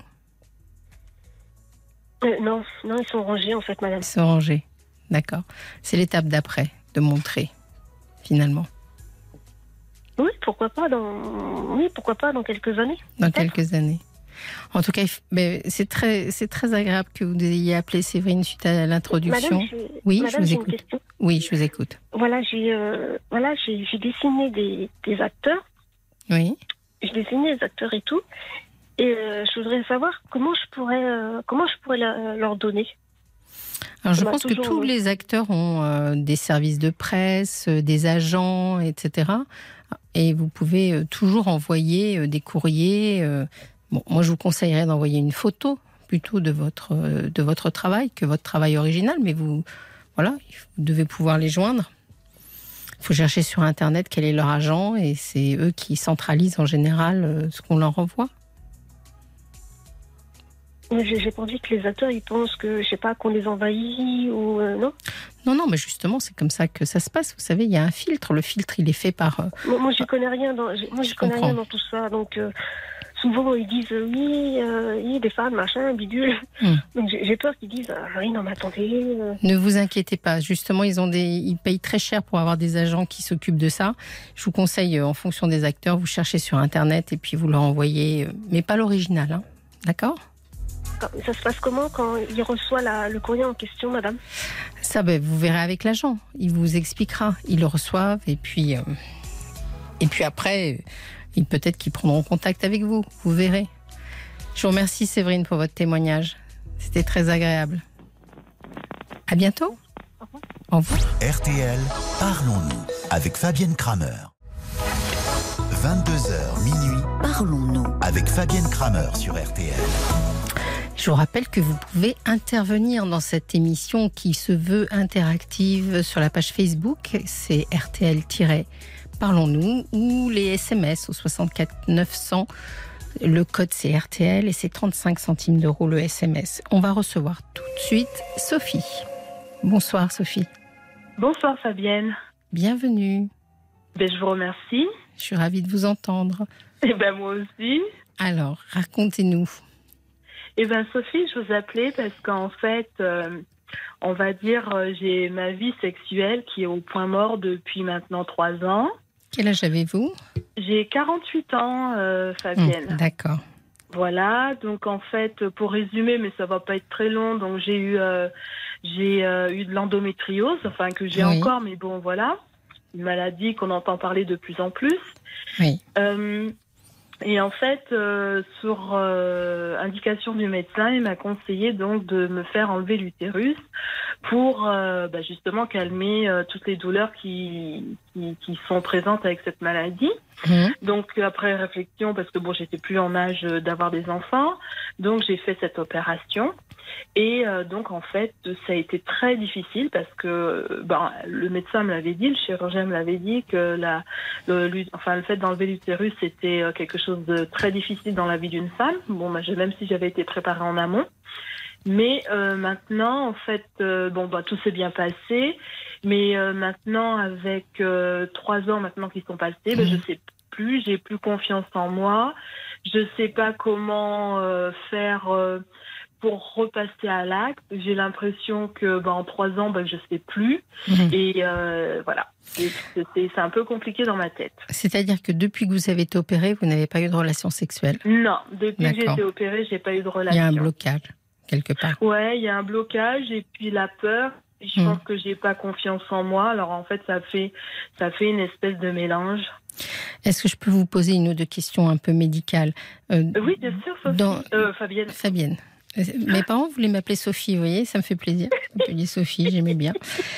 Non, ils sont rangés, en fait, madame. Ils sont rangés, d'accord. C'est l'étape d'après, de montrer, finalement. Oui, pourquoi pas dans quelques années. Dans quelques années. En tout cas, c'est très agréable que vous ayez appelé Séverine suite à l'introduction. Madame, je vous écoute. Oui, je vous écoute. Voilà, j'ai dessiné des acteurs. Oui. J'ai dessiné des acteurs et tout. Et je voudrais savoir comment je pourrais leur donner. Alors, je pense que tous les acteurs ont des services de presse, des agents, etc. Et vous pouvez toujours envoyer des courriers. Moi, je vous conseillerais d'envoyer une photo plutôt de votre travail que votre travail original. Mais vous devez pouvoir les joindre. Il faut chercher sur Internet quel est leur agent et c'est eux qui centralisent en général ce qu'on leur envoie. J'ai pas envie que les acteurs ils pensent que je sais pas qu'on les envahit ou non. Non, mais justement c'est comme ça que ça se passe. Vous savez, il y a un filtre. Le filtre il est fait par. Moi je connais rien dans tout ça. Donc souvent ils disent oui des femmes machin bidule. Donc j'ai peur qu'ils disent oui non mais attendez. Ne vous inquiétez pas. Justement ils payent très cher pour avoir des agents qui s'occupent de ça. Je vous conseille en fonction des acteurs, vous cherchez sur Internet et puis vous leur envoyez, mais pas l'original, hein. D'accord ? Ça se passe comment quand il reçoit le courrier en question, madame ? Ça, vous verrez avec l'agent. Il vous expliquera. Ils le reçoivent et puis après, peut-être qu'ils prendront contact avec vous. Vous verrez. Je vous remercie, Séverine, pour votre témoignage. C'était très agréable. À bientôt. Au revoir. RTL, parlons-nous avec Fabienne Kramer. 22h minuit. Parlons-nous avec Fabienne Kramer sur RTL. Je vous rappelle que vous pouvez intervenir dans cette émission qui se veut interactive sur la page Facebook, c'est RTL-Parlons-nous, ou les SMS au 64 900. Le code c'est RTL et c'est 35 centimes d'euros le SMS. On va recevoir tout de suite Sophie. Bonsoir Sophie. Bonsoir Fabienne. Bienvenue. Je vous remercie. Je suis ravie de vous entendre. Et moi aussi. Alors, racontez-nous. Eh bien, Sophie, je vous appelais parce qu'en fait, on va dire, j'ai ma vie sexuelle qui est au point mort depuis maintenant 3 ans. Quel âge avez-vous ? J'ai 48 ans, Fabienne. D'accord. Voilà, donc en fait, pour résumer, mais ça va pas être très long, donc j'ai eu de l'endométriose, enfin que j'ai encore, mais bon, voilà, une maladie qu'on entend parler de plus en plus. Oui. Et en fait, sur indication du médecin, il m'a conseillé donc de me faire enlever l'utérus pour justement calmer toutes les douleurs qui sont présentes avec cette maladie. Donc après réflexion, parce que bon, j'étais plus en âge d'avoir des enfants, donc j'ai fait cette opération. Et donc en fait, ça a été très difficile parce que le médecin me l'avait dit, le chirurgien me l'avait dit que le fait d'enlever l'utérus c'était quelque chose de très difficile dans la vie d'une femme. Bon, même si j'avais été préparée en amont. Mais maintenant, en fait, tout s'est bien passé. Mais maintenant, avec 3 ans maintenant qui sont passés, je sais plus, j'ai plus confiance en moi. Je sais pas comment faire pour repasser à l'acte. J'ai l'impression que en 3 ans, je sais plus. Et voilà, c'est un peu compliqué dans ma tête. C'est-à-dire que depuis que vous avez été opérée, vous n'avez pas eu de relation sexuelle ? Non, depuis que j'ai été opérée, j'ai pas eu de relation. Il y a un blocage, quelque part. Ouais, il y a un blocage et puis la peur. Je pense que j'ai pas confiance en moi. Alors en fait, ça fait une espèce de mélange. Est-ce que je peux vous poser une ou deux questions un peu médicales ? Oui, bien sûr, Sophie. Fabienne. Mes parents voulaient m'appeler Sophie, vous voyez, ça me fait plaisir. M'appeler Sophie, j'aimais bien.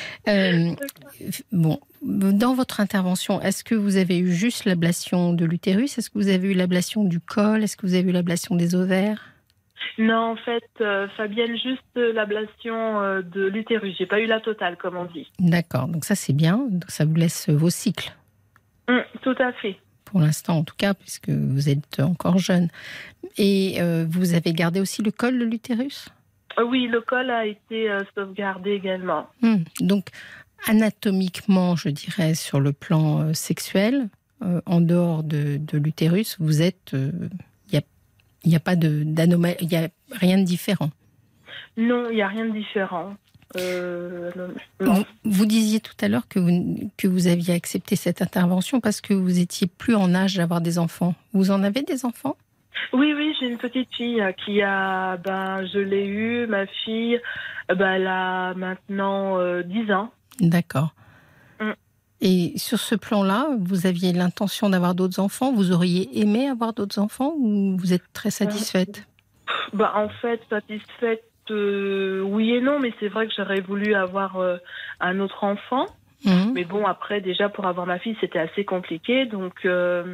Dans votre intervention, est-ce que vous avez eu juste l'ablation de l'utérus ? Est-ce que vous avez eu l'ablation du col ? Est-ce que vous avez eu l'ablation des ovaires ? Non, en fait, Fabienne, juste l'ablation de l'utérus. J'ai pas eu la totale, comme on dit. D'accord, donc ça c'est bien. Donc ça vous laisse vos cycles. Tout à fait. Pour l'instant, en tout cas, puisque vous êtes encore jeune. Et vous avez gardé aussi le col de l'utérus ? Oui, le col a été sauvegardé également. Donc, anatomiquement, je dirais, sur le plan sexuel, en dehors de l'utérus, vous êtes... Il n'y a pas d'anomalie, il n'y a rien de différent. Non, il n'y a rien de différent. Non. Vous disiez tout à l'heure que vous aviez accepté cette intervention parce que vous étiez plus en âge d'avoir des enfants. Vous en avez des enfants ? Oui, j'ai une petite fille qui a, je l'ai eue, ma fille, elle a maintenant 10 ans. D'accord. Et sur ce plan-là, vous aviez l'intention d'avoir d'autres enfants ? Vous auriez aimé avoir d'autres enfants ou vous êtes très satisfaite ? En fait, satisfaite, oui et non, mais c'est vrai que j'aurais voulu avoir un autre enfant. Mais bon, après, déjà, pour avoir ma fille, c'était assez compliqué. Donc non,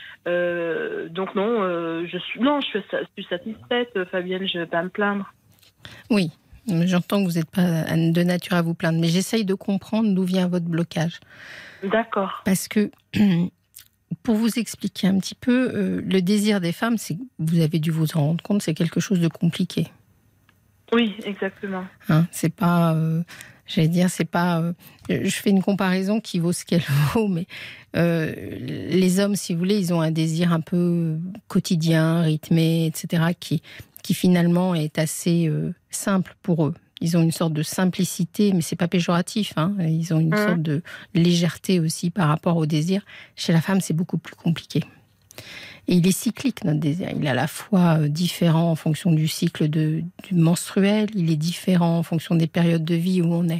je suis satisfaite, Fabienne, je ne vais pas me plaindre. Oui. J'entends que vous n'êtes pas de nature à vous plaindre, mais j'essaye de comprendre d'où vient votre blocage. D'accord. Parce que, pour vous expliquer un petit peu, le désir des femmes, vous avez dû vous en rendre compte, c'est quelque chose de compliqué. Oui, exactement. C'est pas... c'est pas... je fais une comparaison qui vaut ce qu'elle vaut, mais les hommes, si vous voulez, ils ont un désir un peu quotidien, rythmé, etc., qui finalement est assez simple pour eux. Ils ont une sorte de simplicité, mais c'est pas péjoratif. Ils ont une sorte de légèreté aussi par rapport au désir. Chez la femme, c'est beaucoup plus compliqué. Et il est cyclique, notre désir. Il est à la fois différent en fonction du cycle du menstruel, il est différent en fonction des périodes de vie où on est.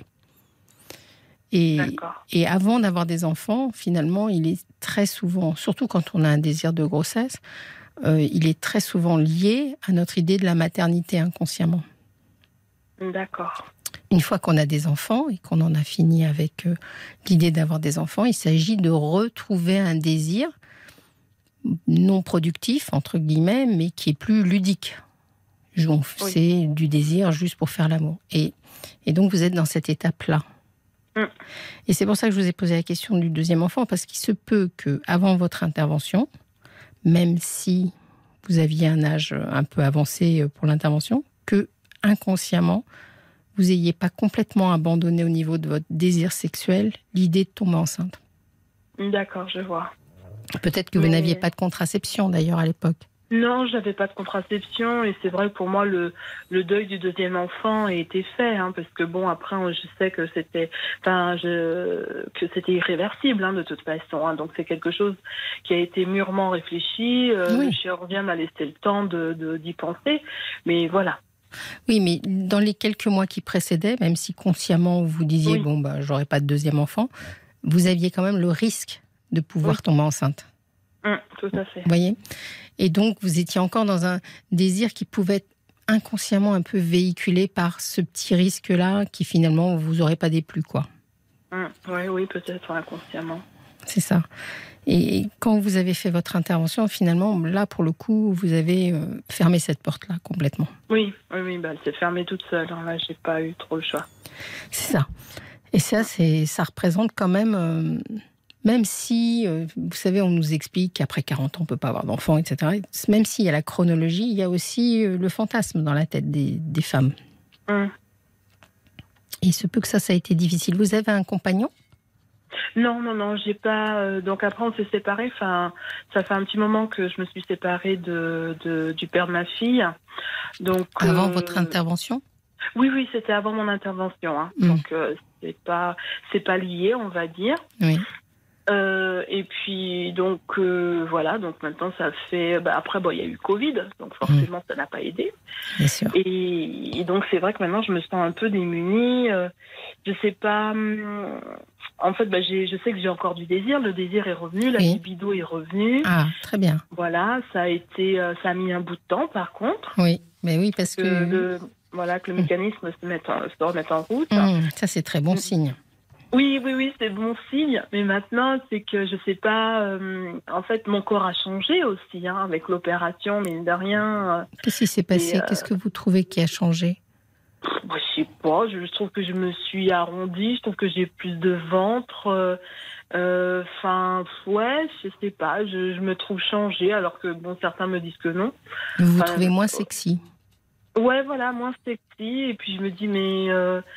Et avant d'avoir des enfants, finalement, il est très souvent, surtout quand on a un désir de grossesse, il est très souvent lié à notre idée de la maternité inconsciemment. D'accord. Une fois qu'on a des enfants et qu'on en a fini avec l'idée d'avoir des enfants, il s'agit de retrouver un désir non productif, entre guillemets, mais qui est plus ludique. C'est du désir juste pour faire l'amour. Et donc, vous êtes dans cette étape-là. Et c'est pour ça que je vous ai posé la question du deuxième enfant, parce qu'il se peut qu'avant votre intervention, même si vous aviez un âge un peu avancé pour l'intervention, que inconsciemment, vous n'ayez pas complètement abandonné au niveau de votre désir sexuel l'idée de tomber enceinte. D'accord, je vois. Peut-être que vous n'aviez pas de contraception d'ailleurs à l'époque. Non, j'avais pas de contraception et c'est vrai que pour moi le deuil du deuxième enfant a été fait, hein, parce que bon après je sais que c'était irréversible, hein, de toute façon, hein, donc c'est quelque chose qui a été mûrement réfléchi. Le chirurgien m'a laissé le temps d'y penser, mais voilà. Oui, mais dans les quelques mois qui précédaient, même si consciemment vous disiez j'aurai pas de deuxième enfant, vous aviez quand même le risque de pouvoir tomber enceinte. Tout à fait. Vous voyez ? Et donc, vous étiez encore dans un désir qui pouvait être inconsciemment un peu véhiculé par ce petit risque-là qui finalement vous aurait pas déplu, quoi. Oui, peut-être inconsciemment. C'est ça. Et quand vous avez fait votre intervention, finalement, là, pour le coup, vous avez fermé cette porte-là complètement. Oui, elle s'est fermée toute seule. Hein. Là, j'ai pas eu trop le choix. C'est ça. Et ça représente quand même... Même si, vous savez, on nous explique qu'après 40 ans, on ne peut pas avoir d'enfants, etc. Même s'il y a la chronologie, il y a aussi le fantasme dans la tête des femmes. Et il se peut que ça a été difficile. Vous avez un compagnon ? Non, j'ai pas... donc après, on s'est séparés. Enfin, ça fait un petit moment que je me suis séparée du père de ma fille. Donc, avant votre intervention ? Oui, c'était avant mon intervention. Hein. Donc, c'est pas lié, on va dire. Oui. Et puis donc voilà, donc maintenant ça fait après il y a eu Covid, donc forcément ça n'a pas aidé. Bien sûr. Et donc c'est vrai que maintenant je me sens un peu démunie. Je sais pas. En fait, je sais que j'ai encore du désir. Le désir est revenu, la libido est revenue. Ah, très bien. Voilà, ça a mis un bout de temps par contre. Oui, mais oui parce que que le mécanisme se remette en route. Ça c'est très bon signe. Oui, c'est bon signe. Mais maintenant, c'est que je sais pas. En fait, mon corps a changé aussi, hein, avec l'opération, mine de rien. Qu'est-ce qui s'est passé ? Qu'est-ce que vous trouvez qui a changé ? Je sais pas. Je trouve que je me suis arrondie. Je trouve que j'ai plus de ventre. Je sais pas. Je me trouve changée, alors que certains me disent que non. Vous vous trouvez moins sexy ? Ouais, voilà, moins sexy. Et puis je me dis mais.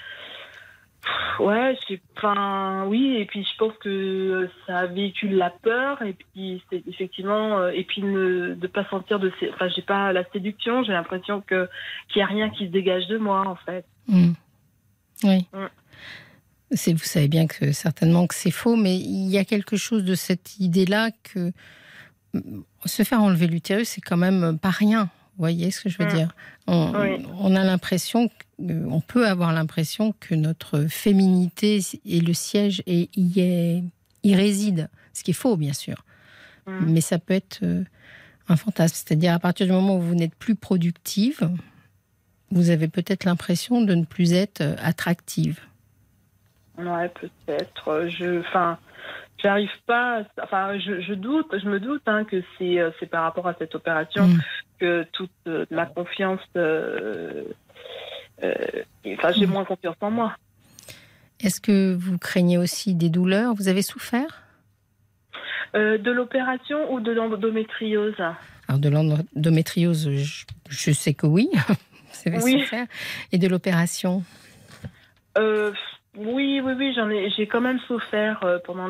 Et puis je pense que ça véhicule la peur, et puis c'est effectivement, et puis de pas sentir j'ai pas la séduction, j'ai l'impression qu'il y a rien qui se dégage de moi, en fait. Oui. Vous savez bien que certainement que c'est faux, mais il y a quelque chose de cette idée-là que se faire enlever l'utérus, c'est quand même pas rien. Vous voyez ce que je veux dire ? On a l'impression, on peut avoir l'impression que notre féminité et le siège y réside. Ce qui est faux, bien sûr. Mais ça peut être un fantasme. C'est-à-dire, à partir du moment où vous n'êtes plus productive, vous avez peut-être l'impression de ne plus être attractive. Ouais, peut-être. J'arrive pas. Je me doute hein, que c'est par rapport à cette opération que toute ma confiance. J'ai moins confiance en moi. Est-ce que vous craignez aussi des douleurs ? Vous avez souffert ? De l'opération ou de l'endométriose ? Alors de l'endométriose, je sais que oui. Vous avez souffert. Et de l'opération ? Oui, j'ai quand même souffert pendant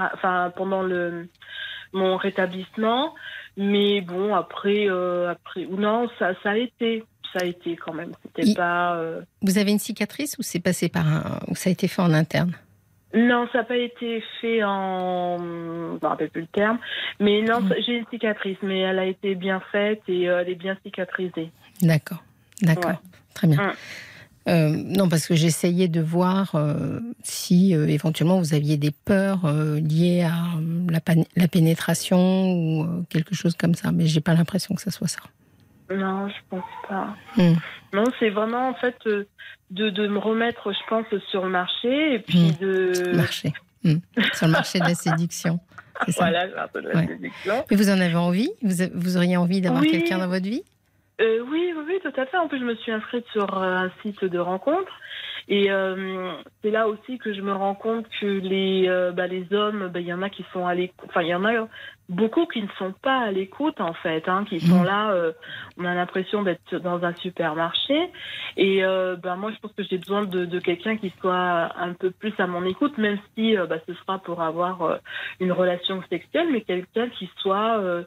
mon rétablissement, mais bon après non, ça a été quand même. C'était pas. Vous avez une cicatrice ou c'est passé ou ça a été fait en interne? Non, ça n'a pas été fait en. Je ne me rappelle plus le terme, mais non, j'ai une cicatrice, mais elle a été bien faite et elle est bien cicatrisée. D'accord, très bien. Non, parce que j'essayais de voir si éventuellement vous aviez des peurs liées à la pénétration ou quelque chose comme ça, mais j'ai pas l'impression que ça soit ça. Non, je pense pas. Non, c'est vraiment en fait de me remettre, je pense, sur le marché et puis marché. Sur le marché de la séduction. C'est ça. Voilà, le marché de la séduction. Mais vous en avez envie ? Vous auriez envie d'avoir quelqu'un dans votre vie ? Oui, tout à fait. En plus, je me suis inscrite sur un site de rencontre. Et c'est là aussi que je me rends compte que les hommes, il y en a qui sont à l'écoute. Enfin, il y en a beaucoup qui ne sont pas à l'écoute, en fait, hein, qui sont là. On a l'impression d'être dans un supermarché. Et moi, je pense que j'ai besoin de quelqu'un qui soit un peu plus à mon écoute, même si ce sera pour avoir une relation sexuelle, mais quelqu'un qui soit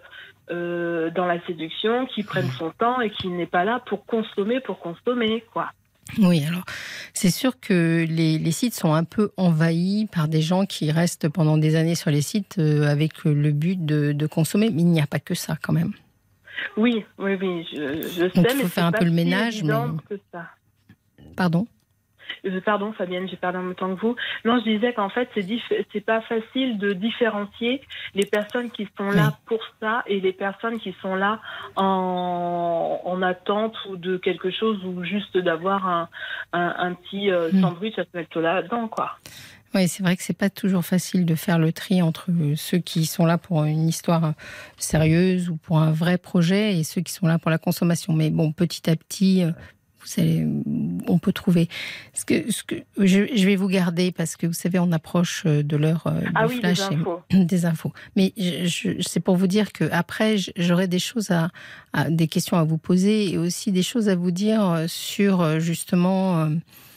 dans la séduction, qui prenne son temps et qui n'est pas là pour consommer, quoi. Oui, alors c'est sûr que les sites sont un peu envahis par des gens qui restent pendant des années sur les sites avec le but de consommer, mais il n'y a pas que ça quand même. Oui, je sais, donc, il faut faire un peu le ménage, mais... que ça. Pardon, Fabienne, j'ai parlé en même temps que vous. Non, je disais qu'en fait, c'est pas facile de différencier les personnes qui sont là pour ça et les personnes qui sont là en attente ou de quelque chose ou juste d'avoir un petit sandwich à se mettre là-dedans, quoi. Oui, c'est vrai que c'est pas toujours facile de faire le tri entre ceux qui sont là pour une histoire sérieuse ou pour un vrai projet et ceux qui sont là pour la consommation. Mais bon, petit à petit... on peut trouver. Je vais vous garder parce que vous savez, on approche de l'heure du flash des infos. Mais c'est pour vous dire que après, j'aurai des choses des questions à vous poser et aussi des choses à vous dire sur justement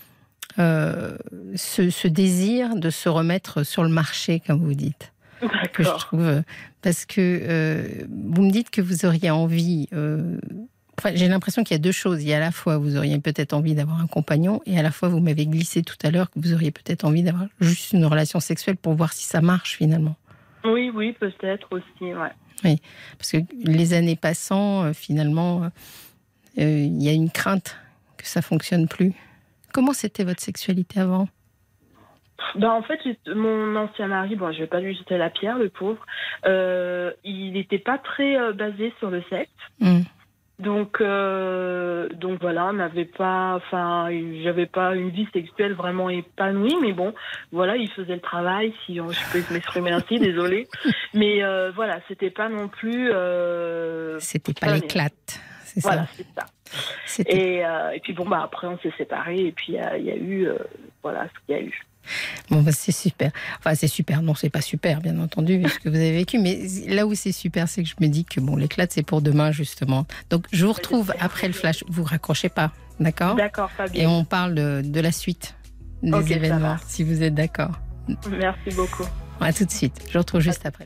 ce désir de se remettre sur le marché, comme vous dites. D'accord. Que je trouve, parce que vous me dites que vous auriez envie. Enfin, j'ai l'impression qu'il y a deux choses. Il y a à la fois, vous auriez peut-être envie d'avoir un compagnon, et à la fois, vous m'avez glissé tout à l'heure que vous auriez peut-être envie d'avoir juste une relation sexuelle pour voir si ça marche finalement. Oui, peut-être aussi, ouais. Oui, parce que les années passant, finalement, il y a une crainte que ça fonctionne plus. Comment c'était votre sexualité avant ? En fait, mon ancien mari, je vais pas lui jeter la pierre, le pauvre, il n'était pas très basé sur le sexe. Donc voilà, j'avais pas une vie sexuelle vraiment épanouie, mais bon, voilà, il faisait le travail, si je peux m'exprimer ainsi, désolée. Mais voilà, c'était pas non plus... c'était pas l'éclate, c'est voilà, ça. C'est ça. Et puis bon, après on s'est séparés, et puis il y a eu, voilà ce qu'il y a eu. Bon, c'est super. Enfin, c'est super. Non, c'est pas super, bien entendu, vu ce que vous avez vécu. Mais là où c'est super, c'est que je me dis que bon, l'éclate, c'est pour demain, justement. Donc, je vous retrouve après le flash. Vous raccrochez pas, d'accord ? D'accord, Fabien. Et on parle de la suite des événements, si vous êtes d'accord. Merci beaucoup. À tout de suite. Je vous retrouve juste après.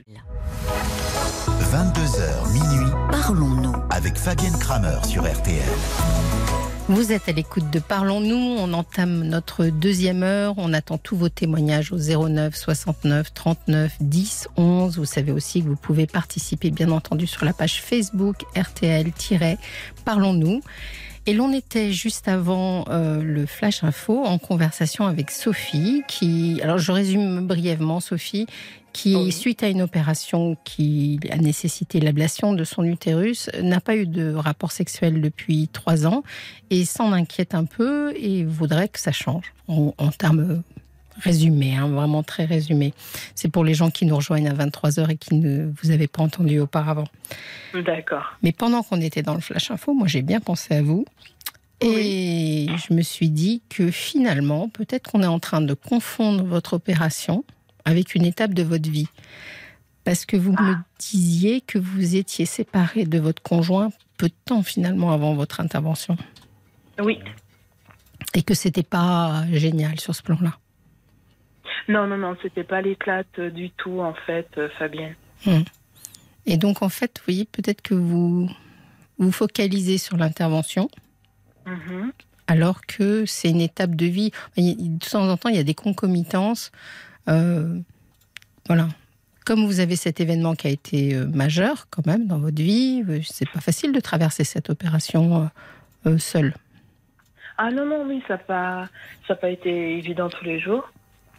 22h minuit. Parlons-nous avec Fabienne Kramer sur RTL. Vous êtes à l'écoute de Parlons-nous, on entame notre deuxième heure, on attend tous vos témoignages au 09 69 39 10 11. Vous savez aussi que vous pouvez participer bien entendu sur la page Facebook RTL-Parlons-nous. Et l'on était juste avant le Flash Info en conversation avec Sophie alors je résume brièvement Sophie, qui, suite à une opération qui a nécessité l'ablation de son utérus, n'a pas eu de rapport sexuel depuis 3 ans et s'en inquiète un peu et voudrait que ça change, en termes résumés, vraiment très résumés. C'est pour les gens qui nous rejoignent à 23h et qui ne vous avaient pas entendu auparavant. D'accord. Mais pendant qu'on était dans le Flash Info, moi j'ai bien pensé à vous. Et je me suis dit que finalement, peut-être qu'on est en train de confondre votre opération avec une étape de votre vie. Parce que vous me disiez que vous étiez séparée de votre conjoint peu de temps finalement avant votre intervention. Oui. Et que c'était pas génial sur ce plan-là. Non, c'était pas l'éclate du tout en fait, Fabienne. Et donc en fait, oui, peut-être que vous vous focalisez sur l'intervention. Alors que c'est une étape de vie. De temps en temps, il y a des concomitances. Voilà. Comme vous avez cet événement qui a été majeur quand même dans votre vie, c'est pas facile de traverser cette opération seule. Ah non, oui, ça n'a pas été évident tous les jours.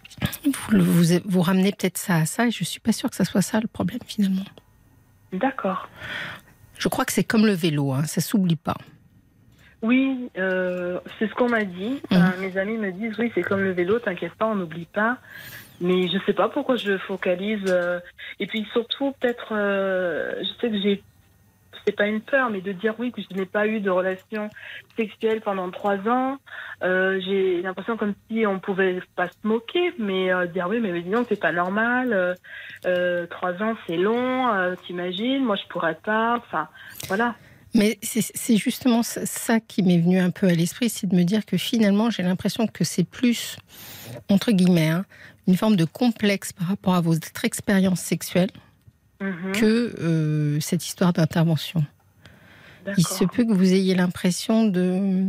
Vous ramenez peut-être ça à ça et je suis pas sûre que ça soit ça le problème finalement. D'accord. Je crois que c'est comme le vélo, ça s'oublie pas. Oui, c'est ce qu'on m'a dit. Mes amis me disent, oui, c'est comme le vélo, t'inquiète pas, on n'oublie pas. Mais je sais pas pourquoi je focalise. Et puis surtout, peut-être, je sais que c'est pas une peur, mais de dire oui, que je n'ai pas eu de relation sexuelle pendant 3 ans. J'ai l'impression comme si on pouvait pas se moquer, mais dire oui, mais disons que c'est pas normal. 3 ans, c'est long, t'imagines, moi je pourrais pas. Enfin, voilà. Mais c'est justement ça qui m'est venu un peu à l'esprit, c'est de me dire que finalement, j'ai l'impression que c'est plus, entre guillemets, une forme de complexe par rapport à votre expérience sexuelle, que cette histoire d'intervention. D'accord. Il se peut que vous ayez l'impression de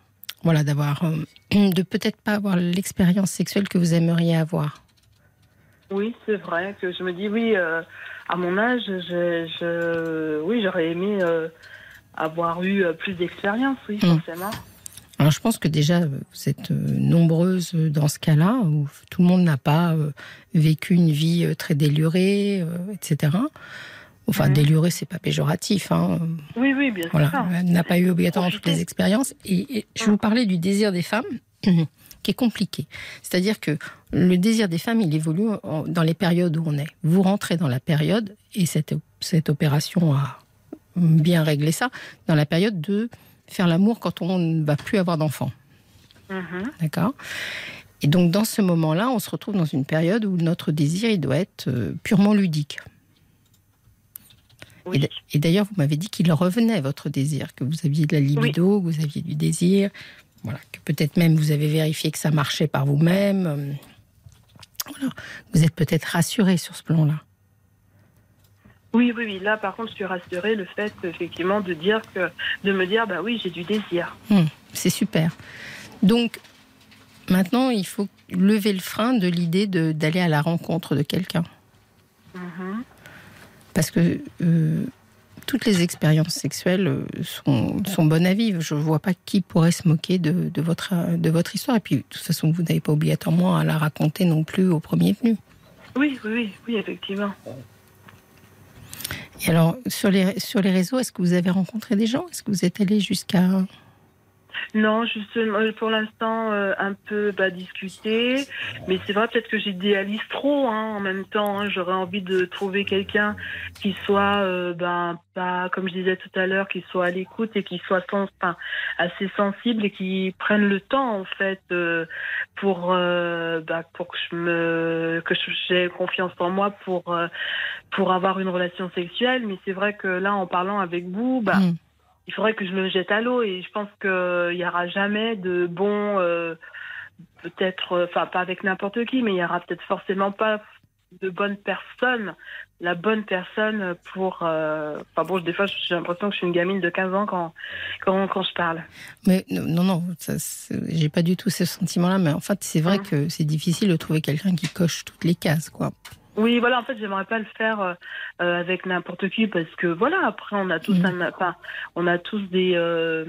peut-être pas avoir l'expérience sexuelle que vous aimeriez avoir. Oui, c'est vrai que je me dis, oui, à mon âge, j'aurais aimé avoir eu plus d'expérience, oui, forcément. Alors, je pense que déjà, vous êtes nombreuses dans ce cas-là, où tout le monde n'a pas vécu une vie très délurée, etc. Enfin, délurée, c'est pas péjoratif. Hein. Oui, bien voilà. sûr. Elle n'a pas eu obligatoirement toutes les expériences. Et je vous parlais du désir des femmes, qui est compliqué. C'est-à-dire que le désir des femmes, il évolue dans les périodes où on est. Vous rentrez dans la période, et cette opération a bien réglé ça, dans la période de faire l'amour quand on ne va plus avoir d'enfants. D'accord ? Et donc, dans ce moment-là, on se retrouve dans une période où notre désir, il doit être purement ludique. Oui. Et d'ailleurs, vous m'avez dit qu'il revenait, votre désir, que vous aviez de la libido, que vous aviez du désir, voilà, que peut-être même vous avez vérifié que ça marchait par vous-même. Voilà. Vous êtes peut-être rassurée sur ce plan-là. Oui. Là, par contre, je suis rassurée, le fait, effectivement, de me dire, bah oui, j'ai du désir. C'est super. Donc, maintenant, il faut lever le frein de l'idée d'aller à la rencontre de quelqu'un. Parce que toutes les expériences sexuelles sont bonnes à vivre. Je ne vois pas qui pourrait se moquer de votre histoire. Et puis, de toute façon, vous n'avez pas obligatoirement à la raconter non plus au premier venu. Oui, effectivement. Et alors, sur les réseaux, est-ce que vous avez rencontré des gens ? Est-ce que vous êtes allé jusqu'à... Non, justement, pour l'instant, un peu discuter. Mais c'est vrai, peut-être que j'idéalise trop en même temps. J'aurais envie de trouver quelqu'un qui soit, pas, comme je disais tout à l'heure, qui soit à l'écoute et qui soit assez sensible et qui prenne le temps, en fait, pour que j'ai confiance en moi pour avoir une relation sexuelle. Mais c'est vrai que là, en parlant avec vous, il faudrait que je me jette à l'eau et je pense qu'il n'y aura jamais de bon, peut-être, pas avec n'importe qui, mais il n'y aura peut-être forcément pas de bonne personne. La bonne personne pour... des fois, j'ai l'impression que je suis une gamine de 15 ans quand je parle. Mais non, j'ai pas du tout ce sentiment-là, mais en fait, c'est vrai que c'est difficile de trouver quelqu'un qui coche toutes les cases, quoi. Oui, voilà, en fait, j'aimerais pas le faire avec n'importe qui parce que voilà, après on a tous on a tous des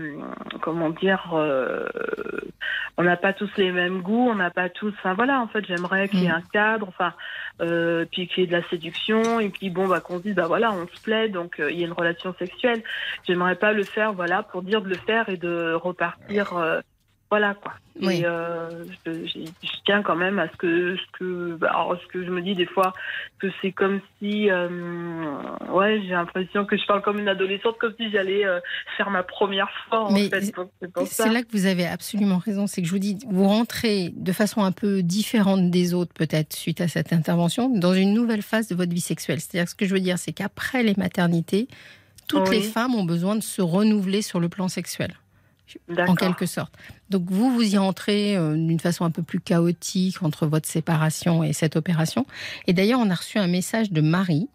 on n'a pas tous les mêmes goûts, on n'a pas tous, en fait, j'aimerais qu'il y ait un cadre, puis qu'il y ait de la séduction et puis qu'on se dise on se plaît, donc il y a une relation sexuelle. J'aimerais pas le faire pour dire de le faire et de repartir voilà quoi. Oui. Et je tiens quand même à ce que je me dis des fois que c'est comme si j'ai l'impression que je parle comme une adolescente, comme si j'allais faire ma première fois. Mais c'est là que vous avez absolument raison, c'est que je vous dis, vous rentrez de façon un peu différente des autres peut-être suite à cette intervention dans une nouvelle phase de votre vie sexuelle. C'est-à-dire, ce que je veux dire, c'est qu'après les maternités, toutes les femmes ont besoin de se renouveler sur le plan sexuel. En quelque sorte. Donc vous y rentrez d'une façon un peu plus chaotique entre votre séparation et cette opération. Et d'ailleurs, on a reçu un message de Marie.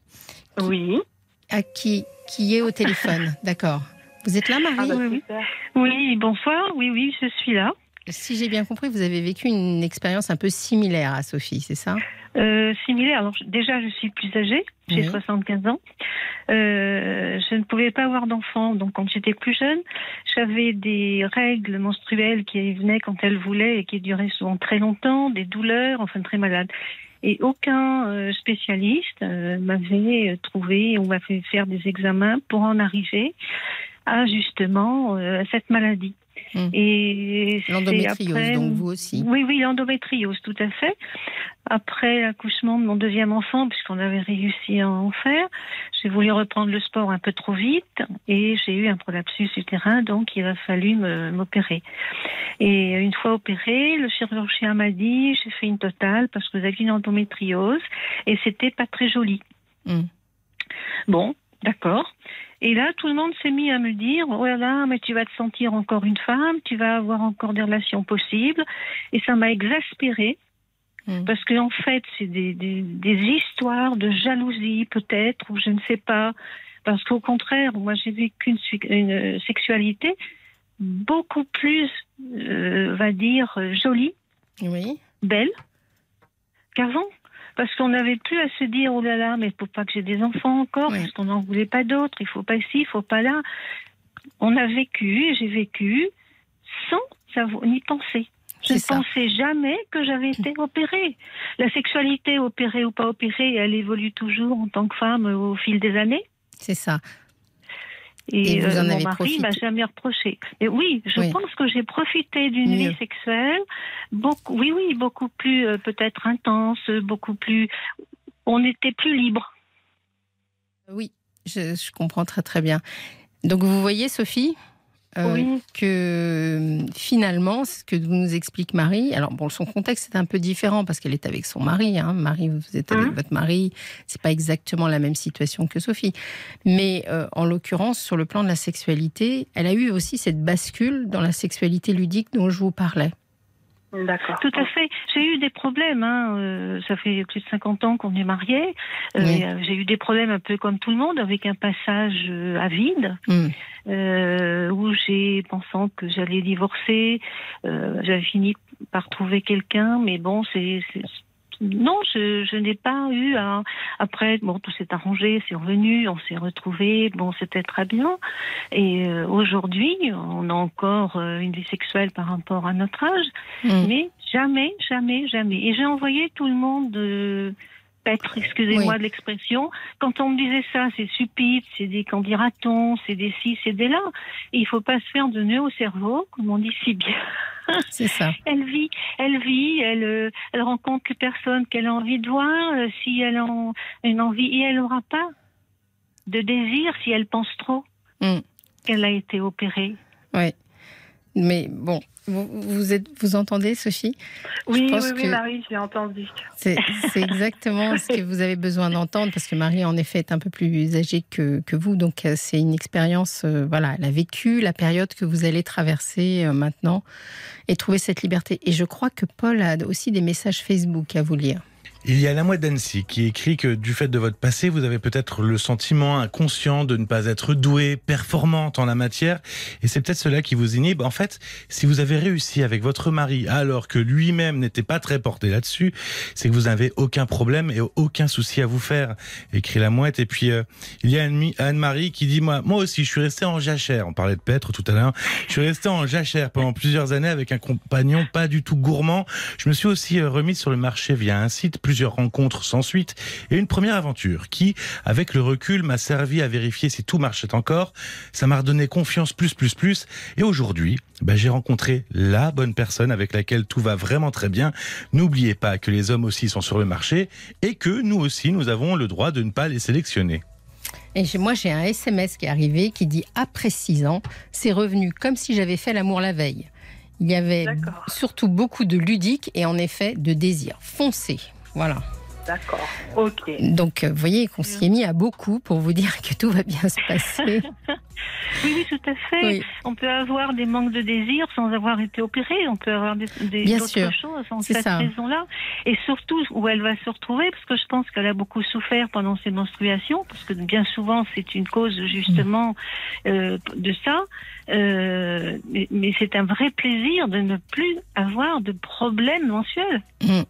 Qui est au téléphone. D'accord. Vous êtes là, Marie ? Oui, bonsoir. Oui, je suis là. Si j'ai bien compris, vous avez vécu une expérience un peu similaire à Sophie, c'est ça ? Similaire. Alors, déjà, je suis plus âgée. J'ai 75 ans. Je ne pouvais pas avoir d'enfant. Donc, quand j'étais plus jeune, j'avais des règles menstruelles qui venaient quand elles voulaient et qui duraient souvent très longtemps, des douleurs, très malade. Et aucun spécialiste m'avait trouvé, on m'a fait faire des examens pour en arriver à justement cette maladie. Et l'endométriose, donc vous aussi. Oui, l'endométriose, tout à fait. Après l'accouchement de mon deuxième enfant, puisqu'on avait réussi à en faire, j'ai voulu reprendre le sport un peu trop vite et j'ai eu un prolapsus utérin, donc il a fallu m'opérer. Et une fois opérée, le chirurgien m'a dit, j'ai fait une totale parce que vous avez une endométriose et c'était pas très joli. Bon, d'accord. Et là, tout le monde s'est mis à me dire, voilà, mais tu vas te sentir encore une femme, tu vas avoir encore des relations possibles. Et ça m'a exaspérée. Parce qu'en fait, c'est des histoires de jalousie, peut-être, ou je ne sais pas. Parce qu'au contraire, moi, j'ai vécu une sexualité beaucoup plus, on va dire, jolie, belle, qu'avant. Parce qu'on n'avait plus à se dire, oh là là, mais il ne faut pas que j'ai des enfants encore, parce qu'on n'en voulait pas d'autres, il ne faut pas ici, il ne faut pas là. On a vécu, j'ai vécu, sans n'y penser. Je ne pensais jamais que j'avais été opérée. La sexualité, opérée ou pas opérée, elle évolue toujours en tant que femme au fil des années. C'est ça. Et vous en mon mari m'a jamais reproché. Mais oui, je pense que j'ai profité d'une vie sexuelle beaucoup plus peut-être intense, beaucoup plus... On était plus libre. Oui, je comprends très très bien. Donc vous voyez, Sophie, que finalement, ce que nous explique Marie, alors bon, son contexte est un peu différent parce qu'elle est avec son mari. Marie, vous êtes avec votre mari, c'est pas exactement la même situation que Sophie. Mais en l'occurrence, sur le plan de la sexualité, elle a eu aussi cette bascule dans la sexualité ludique dont je vous parlais. D'accord. Tout à fait. J'ai eu des problèmes. Ça fait plus de 50 ans qu'on est mariés. J'ai eu des problèmes un peu comme tout le monde, avec un passage à vide, où pensant que j'allais divorcer, j'avais fini par trouver quelqu'un, mais bon, non, je n'ai pas eu à... Après, bon, tout s'est arrangé, c'est revenu, on s'est retrouvés, bon, c'était très bien. Et aujourd'hui, on a encore une vie sexuelle par rapport à notre âge, mais jamais, jamais, jamais. Et j'ai envoyé tout le monde paître, excusez-moi de l'expression. Quand on me disait ça, c'est stupide, c'est des qu'en dira-t-on, c'est des ci, c'est des là. Et il ne faut pas se faire de nœud au cerveau, comme on dit si bien. C'est ça. Elle vit, elle rencontre les personnes qu'elle a envie de voir, si elle a une envie, et elle n'aura pas de désir si elle pense trop qu'elle a été opérée. Oui, mais bon, vous entendez, Sophie ? Oui, Marie, j'ai entendu. C'est exactement ce que vous avez besoin d'entendre, parce que Marie, en effet, est un peu plus âgée que vous, donc c'est une expérience, elle a vécu la période que vous allez traverser maintenant, et trouver cette liberté. Et je crois que Paul a aussi des messages Facebook à vous lire. Il y a la mouette d'Annecy qui écrit que du fait de votre passé, vous avez peut-être le sentiment inconscient de ne pas être douée, performante en la matière, et c'est peut-être cela qui vous inhibe. En fait, si vous avez réussi avec votre mari alors que lui-même n'était pas très porté là-dessus, c'est que vous n'avez aucun problème et aucun souci à vous faire, écrit la mouette. Et puis il y a Anne-Marie qui dit moi aussi, je suis restée en jachère. On parlait de Pêtre tout à l'heure. Je suis restée en jachère pendant plusieurs années avec un compagnon pas du tout gourmand. Je me suis aussi remise sur le marché via un site. Plusieurs rencontres sans suite et une première aventure qui, avec le recul, m'a servi à vérifier si tout marchait encore. Ça m'a redonné confiance plus. Et aujourd'hui, j'ai rencontré la bonne personne avec laquelle tout va vraiment très bien. N'oubliez pas que les hommes aussi sont sur le marché et que nous aussi, nous avons le droit de ne pas les sélectionner. Et moi, j'ai un SMS qui est arrivé qui dit « Après 6 ans, c'est revenu comme si j'avais fait l'amour la veille. Il y avait surtout beaucoup de ludique et en effet de désir. Foncez. » Voilà. D'accord, ok. Donc, vous voyez qu'on s'y est mis à beaucoup pour vous dire que tout va bien se passer. Oui, tout à fait. Oui. On peut avoir des manques de désir sans avoir été opéré. On peut avoir d'autres choses sans cette raison-là. Et surtout, où elle va se retrouver, parce que je pense qu'elle a beaucoup souffert pendant ses menstruations, parce que bien souvent, c'est une cause justement de ça. Mais c'est un vrai plaisir de ne plus avoir de problème mensuel.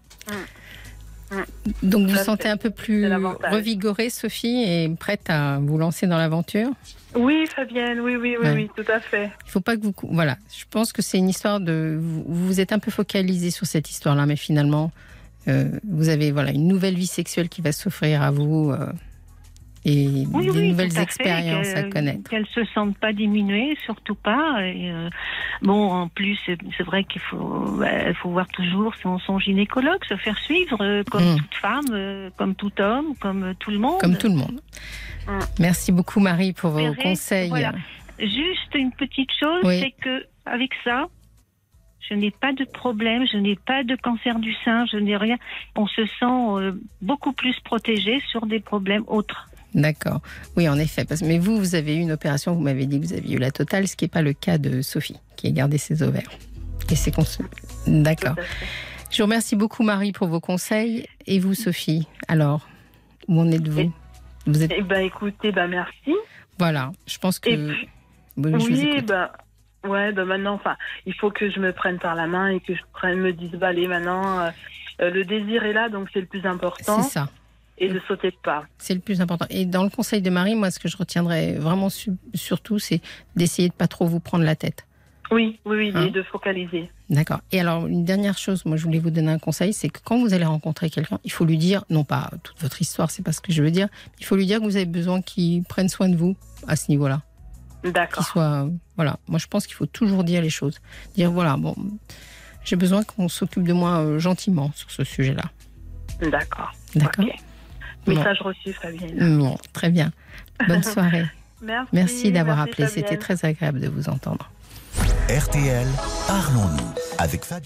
Donc vous sentez un peu plus revigorée, Sophie, et prête à vous lancer dans l'aventure ? Oui, Fabienne, oui, tout à fait. Il ne faut pas que vous... Voilà, je pense que c'est une histoire de... Vous êtes un peu focalisée sur cette histoire-là, mais finalement, vous avez une nouvelle vie sexuelle qui va s'offrir à vous... et des nouvelles expériences à connaître. Qu'elle ne se sente pas diminuée, surtout pas. Et, en plus, c'est vrai qu'il faut voir toujours son gynécologue, se faire suivre comme toute femme, comme tout homme, comme tout le monde. Comme tout le monde. Merci beaucoup, Marie, pour vos conseils. Voilà. Juste une petite chose, c'est que avec ça, je n'ai pas de problème, je n'ai pas de cancer du sein, je n'ai rien. On se sent beaucoup plus protégé sur des problèmes autres. D'accord. Oui, en effet. Mais vous avez eu une opération, vous m'avez dit que vous aviez eu la totale, ce qui n'est pas le cas de Sophie, qui a gardé ses ovaires. Et c'est D'accord. Je vous remercie beaucoup, Marie, pour vos conseils. Et vous, Sophie, alors, où en êtes-vous? Vous êtes... écoutez, merci. Voilà, je pense que... Maintenant, il faut que je me prenne par la main et que je me dise, allez, maintenant, le désir est là, donc c'est le plus important. C'est ça. Et de sauter de pas. C'est le plus important. Et dans le conseil de Marie, moi, ce que je retiendrai vraiment surtout, c'est d'essayer de pas trop vous prendre la tête. Oui, et de focaliser. D'accord. Et alors, une dernière chose, moi, je voulais vous donner un conseil, c'est que quand vous allez rencontrer quelqu'un, il faut lui dire, non pas toute votre histoire, c'est pas ce que je veux dire, il faut lui dire que vous avez besoin qu'il prenne soin de vous à ce niveau-là. D'accord. Voilà. Moi, je pense qu'il faut toujours dire les choses. Dire, voilà, bon, j'ai besoin qu'on s'occupe de moi gentiment sur ce sujet-là. D'accord. Okay. Message reçu, Fabienne. Bon, très bien. Bonne soirée. Merci d'avoir appelé. Fabienne. C'était très agréable de vous entendre. RTL, parlons-nous avec Fabienne.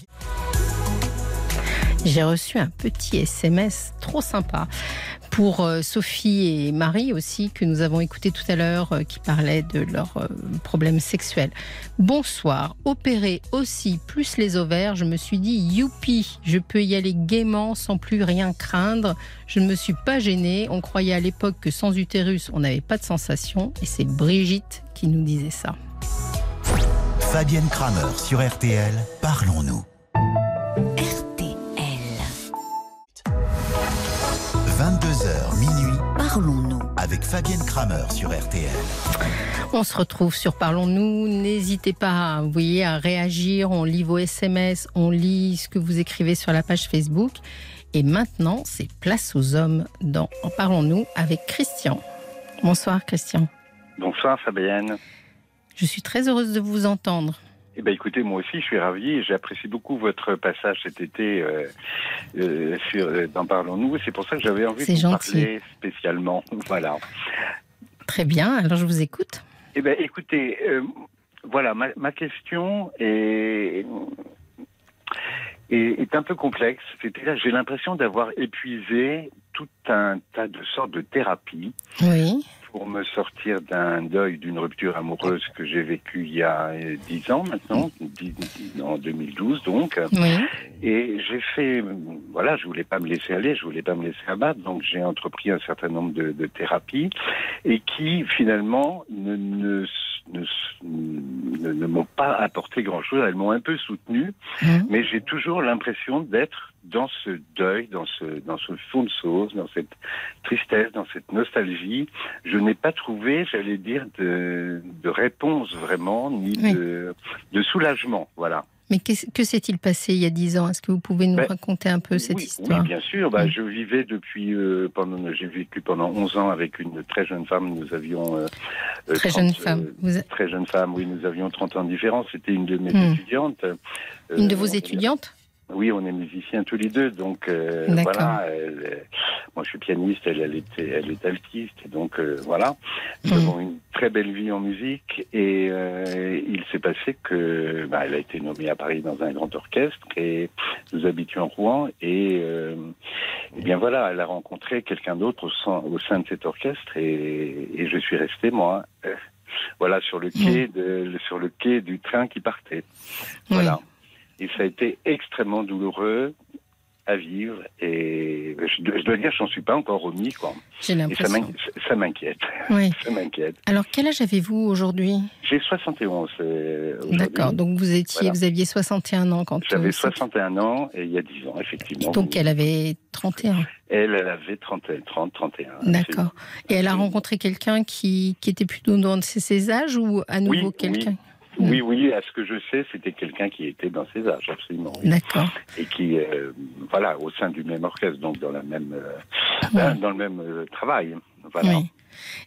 J'ai reçu un petit SMS trop sympa pour Sophie et Marie aussi, que nous avons écouté tout à l'heure, qui parlaient de leurs problèmes sexuels. Bonsoir, opéré aussi, plus les ovaires, je me suis dit youpi, je peux y aller gaiement sans plus rien craindre. Je ne me suis pas gênée, on croyait à l'époque que sans utérus, on n'avait pas de sensation, et c'est Brigitte qui nous disait ça. Fabienne Kramer sur RTL, parlons-nous. RTL. 22h minuit, Parlons-nous avec Fabienne Kramer sur RTL. On se retrouve sur Parlons-nous. N'hésitez pas, vous voyez, à réagir. On lit vos SMS, on lit ce que vous écrivez sur la page Facebook. Et maintenant, c'est place aux hommes dans Parlons-nous avec Christian. Bonsoir Christian. Bonsoir Fabienne. Je suis très heureuse de vous entendre. Écoutez, moi aussi, je suis ravi et j'apprécie beaucoup votre passage cet été dans Parlons-nous. C'est pour ça que j'avais envie de vous parler spécialement. Voilà. Très bien, alors je vous écoute. Écoutez, voilà, ma question est un peu complexe. C'est-à-dire, j'ai l'impression d'avoir épuisé tout un tas de sortes de thérapies. Oui. Pour me sortir d'un deuil, d'une rupture amoureuse que j'ai vécue il y a 10 ans maintenant, en 2012 donc. Oui. Et j'ai fait, voilà, je voulais pas me laisser aller, je voulais pas me laisser abattre, donc j'ai entrepris un certain nombre de thérapies et qui finalement ne m'ont pas apporté grand-chose. Elles m'ont un peu soutenu, mais j'ai toujours l'impression d'être dans ce deuil, dans ce fond de sauce, dans cette tristesse, dans cette nostalgie. Je n'ai pas trouvé, j'allais dire, de réponse vraiment, ni de soulagement, voilà. Mais que s'est-il passé il y a 10 ans? Est-ce que vous pouvez nous raconter un peu cette histoire? Oui, bien sûr. Je vivais j'ai vécu pendant 11 ans avec une très jeune femme. Nous avions... très jeune femme. Très jeune femme, oui. Nous avions 30 ans de différence. C'était une de mes étudiantes. Une de vos étudiantes? Oui, on est musiciens tous les deux, donc voilà. Moi, je suis pianiste, elle est altiste, et donc voilà. Nous avons une très belle vie en musique, et il s'est passé que elle a été nommée à Paris dans un grand orchestre, et nous habitions Rouen, et bien voilà, elle a rencontré quelqu'un d'autre au sein de cet orchestre, et je suis resté moi. Voilà, sur le quai du train qui partait. Voilà. Et ça a été extrêmement douloureux à vivre. Et je dois dire, je n'en suis pas encore remis, quoi. J'ai l'impression. Et ça m'inquiète. Oui. Ça m'inquiète. Alors, quel âge avez-vous aujourd'hui? J'ai 71 aujourd'hui. D'accord. Donc, vous aviez 61 ans quand... J'avais 61 ans, et il y a 10 ans, effectivement. Et donc, elle avait 31. Elle avait 30, 31. D'accord. Et elle a rencontré quelqu'un qui était plutôt dans ses âges, ou à nouveau quelqu'un? Oui, à ce que je sais, c'était quelqu'un qui était dans ses âges, absolument. Oui. D'accord. Et qui, voilà, au sein du même orchestre, donc dans le même travail. Voilà. Oui.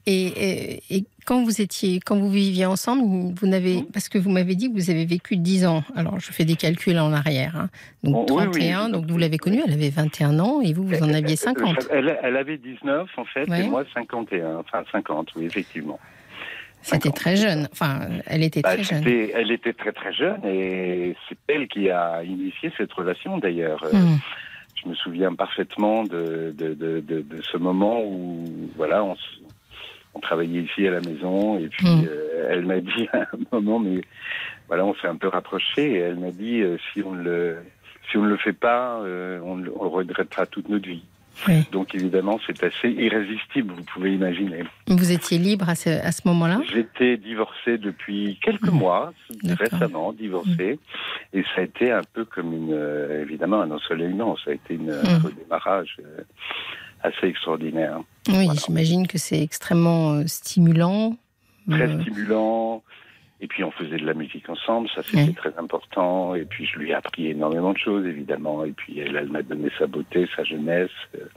Et quand vous viviez ensemble, parce que vous m'avez dit que vous avez vécu 10 ans. Alors, je fais des calculs en arrière. Hein. Donc, 31, donc vous l'avez connue, elle avait 21 ans, et vous en aviez 50. Elle avait 19, en fait, et moi 51. Enfin, 50, oui, effectivement. C'était très jeune. Enfin, elle était très jeune. Elle était très très jeune, et c'est elle qui a initié cette relation d'ailleurs. Je me souviens parfaitement de ce moment où voilà, on travaillait ici à la maison, et puis elle m'a dit à un moment, mais voilà, on s'est un peu rapprochés, et elle m'a dit si on ne le fait pas, on le regrettera toute notre vie. Oui. Donc évidemment, c'est assez irrésistible, vous pouvez imaginer. Vous étiez libre à ce moment-là ? J'étais divorcé depuis quelques mois, récemment divorcé, et ça a été un peu comme évidemment un ensoleillement, ça a été un redémarrage assez extraordinaire. Oui, voilà. J'imagine que c'est extrêmement stimulant. Très stimulant. Et puis on faisait de la musique ensemble, ça c'était très important. Et puis je lui ai appris énormément de choses, évidemment. Et puis elle m'a donné sa beauté, sa jeunesse.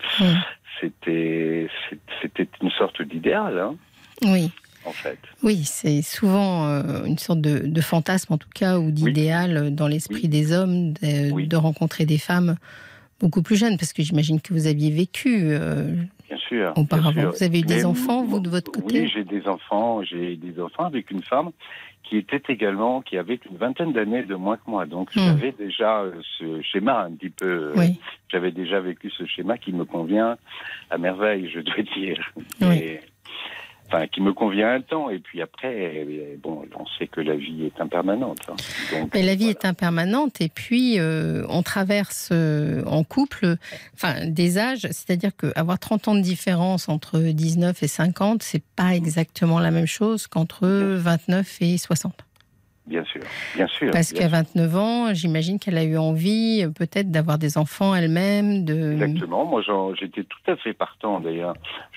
C'était une sorte d'idéal, hein. Oui. En fait. Oui, c'est souvent une sorte de fantasme, en tout cas, ou d'idéal dans l'esprit des hommes, de rencontrer des femmes beaucoup plus jeunes, parce que j'imagine que vous aviez vécu bien sûr, auparavant. Bien sûr. Vous avez eu des enfants, vous, de votre côté ? Oui, j'ai des enfants avec une femme qui avait une vingtaine d'années de moins que moi. Donc j'avais déjà ce schéma un petit peu. J'avais déjà vécu ce schéma qui me convient à merveille, je dois dire. Oui. Qui me convient un temps. Et puis après, bon, on sait que la vie est impermanente. Hein. Donc, mais la vie est impermanente. Et puis, on traverse en couple des âges. C'est-à-dire qu'avoir 30 ans de différence entre 19 et 50, c'est pas exactement la même chose qu'entre 29 et 60. Bien sûr, bien sûr. Parce qu'à 29 ans, j'imagine qu'elle a eu envie peut-être d'avoir des enfants elle-même. Exactement, moi j'étais tout à fait partant d'ailleurs.